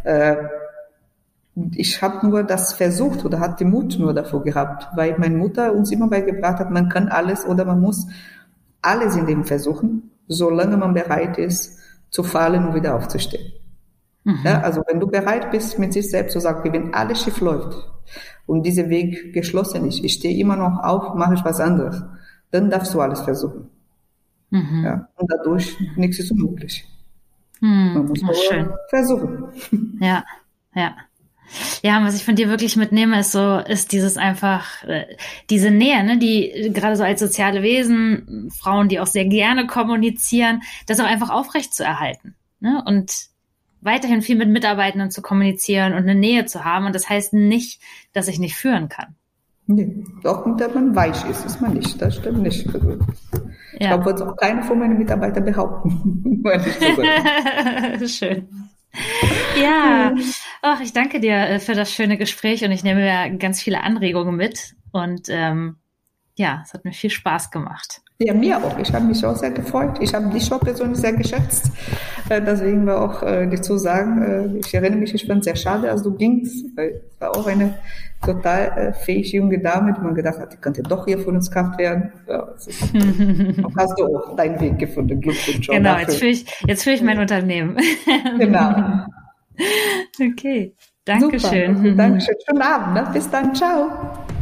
Ich habe nur das versucht oder hat den Mut nur davor gehabt, weil meine Mutter uns immer beigebracht hat, man kann alles oder man muss alles in dem versuchen, solange man bereit ist, zu fallen und wieder aufzustehen. Ja, also wenn du bereit bist, mit sich selbst zu sagen, wenn alles schief läuft und dieser Weg geschlossen ist, ich stehe immer noch auf, mache ich was anderes, dann darfst du alles versuchen. Ja, und dadurch nichts ist unmöglich. Man muss nur versuchen. Ja, ja. Ja, und was ich von dir wirklich mitnehme, ist dieses einfach, diese Nähe, ne, die gerade so als soziale Wesen, Frauen, die auch sehr gerne kommunizieren, das auch einfach aufrecht zu erhalten, ne, und weiterhin viel mit Mitarbeitenden zu kommunizieren und eine Nähe zu haben. Und das heißt nicht, dass ich nicht führen kann. Nee, auch dass man weich ist man nicht. Das stimmt nicht. Also, ich glaube, wird auch keiner von meinen Mitarbeitern behaupten. Schön. Ja, ich danke dir für das schöne Gespräch und ich nehme ja ganz viele Anregungen mit. Und es hat mir viel Spaß gemacht. Ja, mir auch. Ich habe mich auch sehr gefreut. Ich habe dich auch persönlich sehr geschätzt. Deswegen war auch dir zu sagen, ich erinnere mich, ich fand es sehr schade, als du gingst, weil es war auch eine total fähige junge Dame, die man gedacht hat, die könnte doch hier von uns Kraft werden. Ja, hast du auch deinen Weg gefunden. Glückwunsch. Genau, jetzt führe ich mein Unternehmen. Genau. Okay, Dankeschön. Dankeschön. Schönen Abend. Ne? Bis dann. Ciao.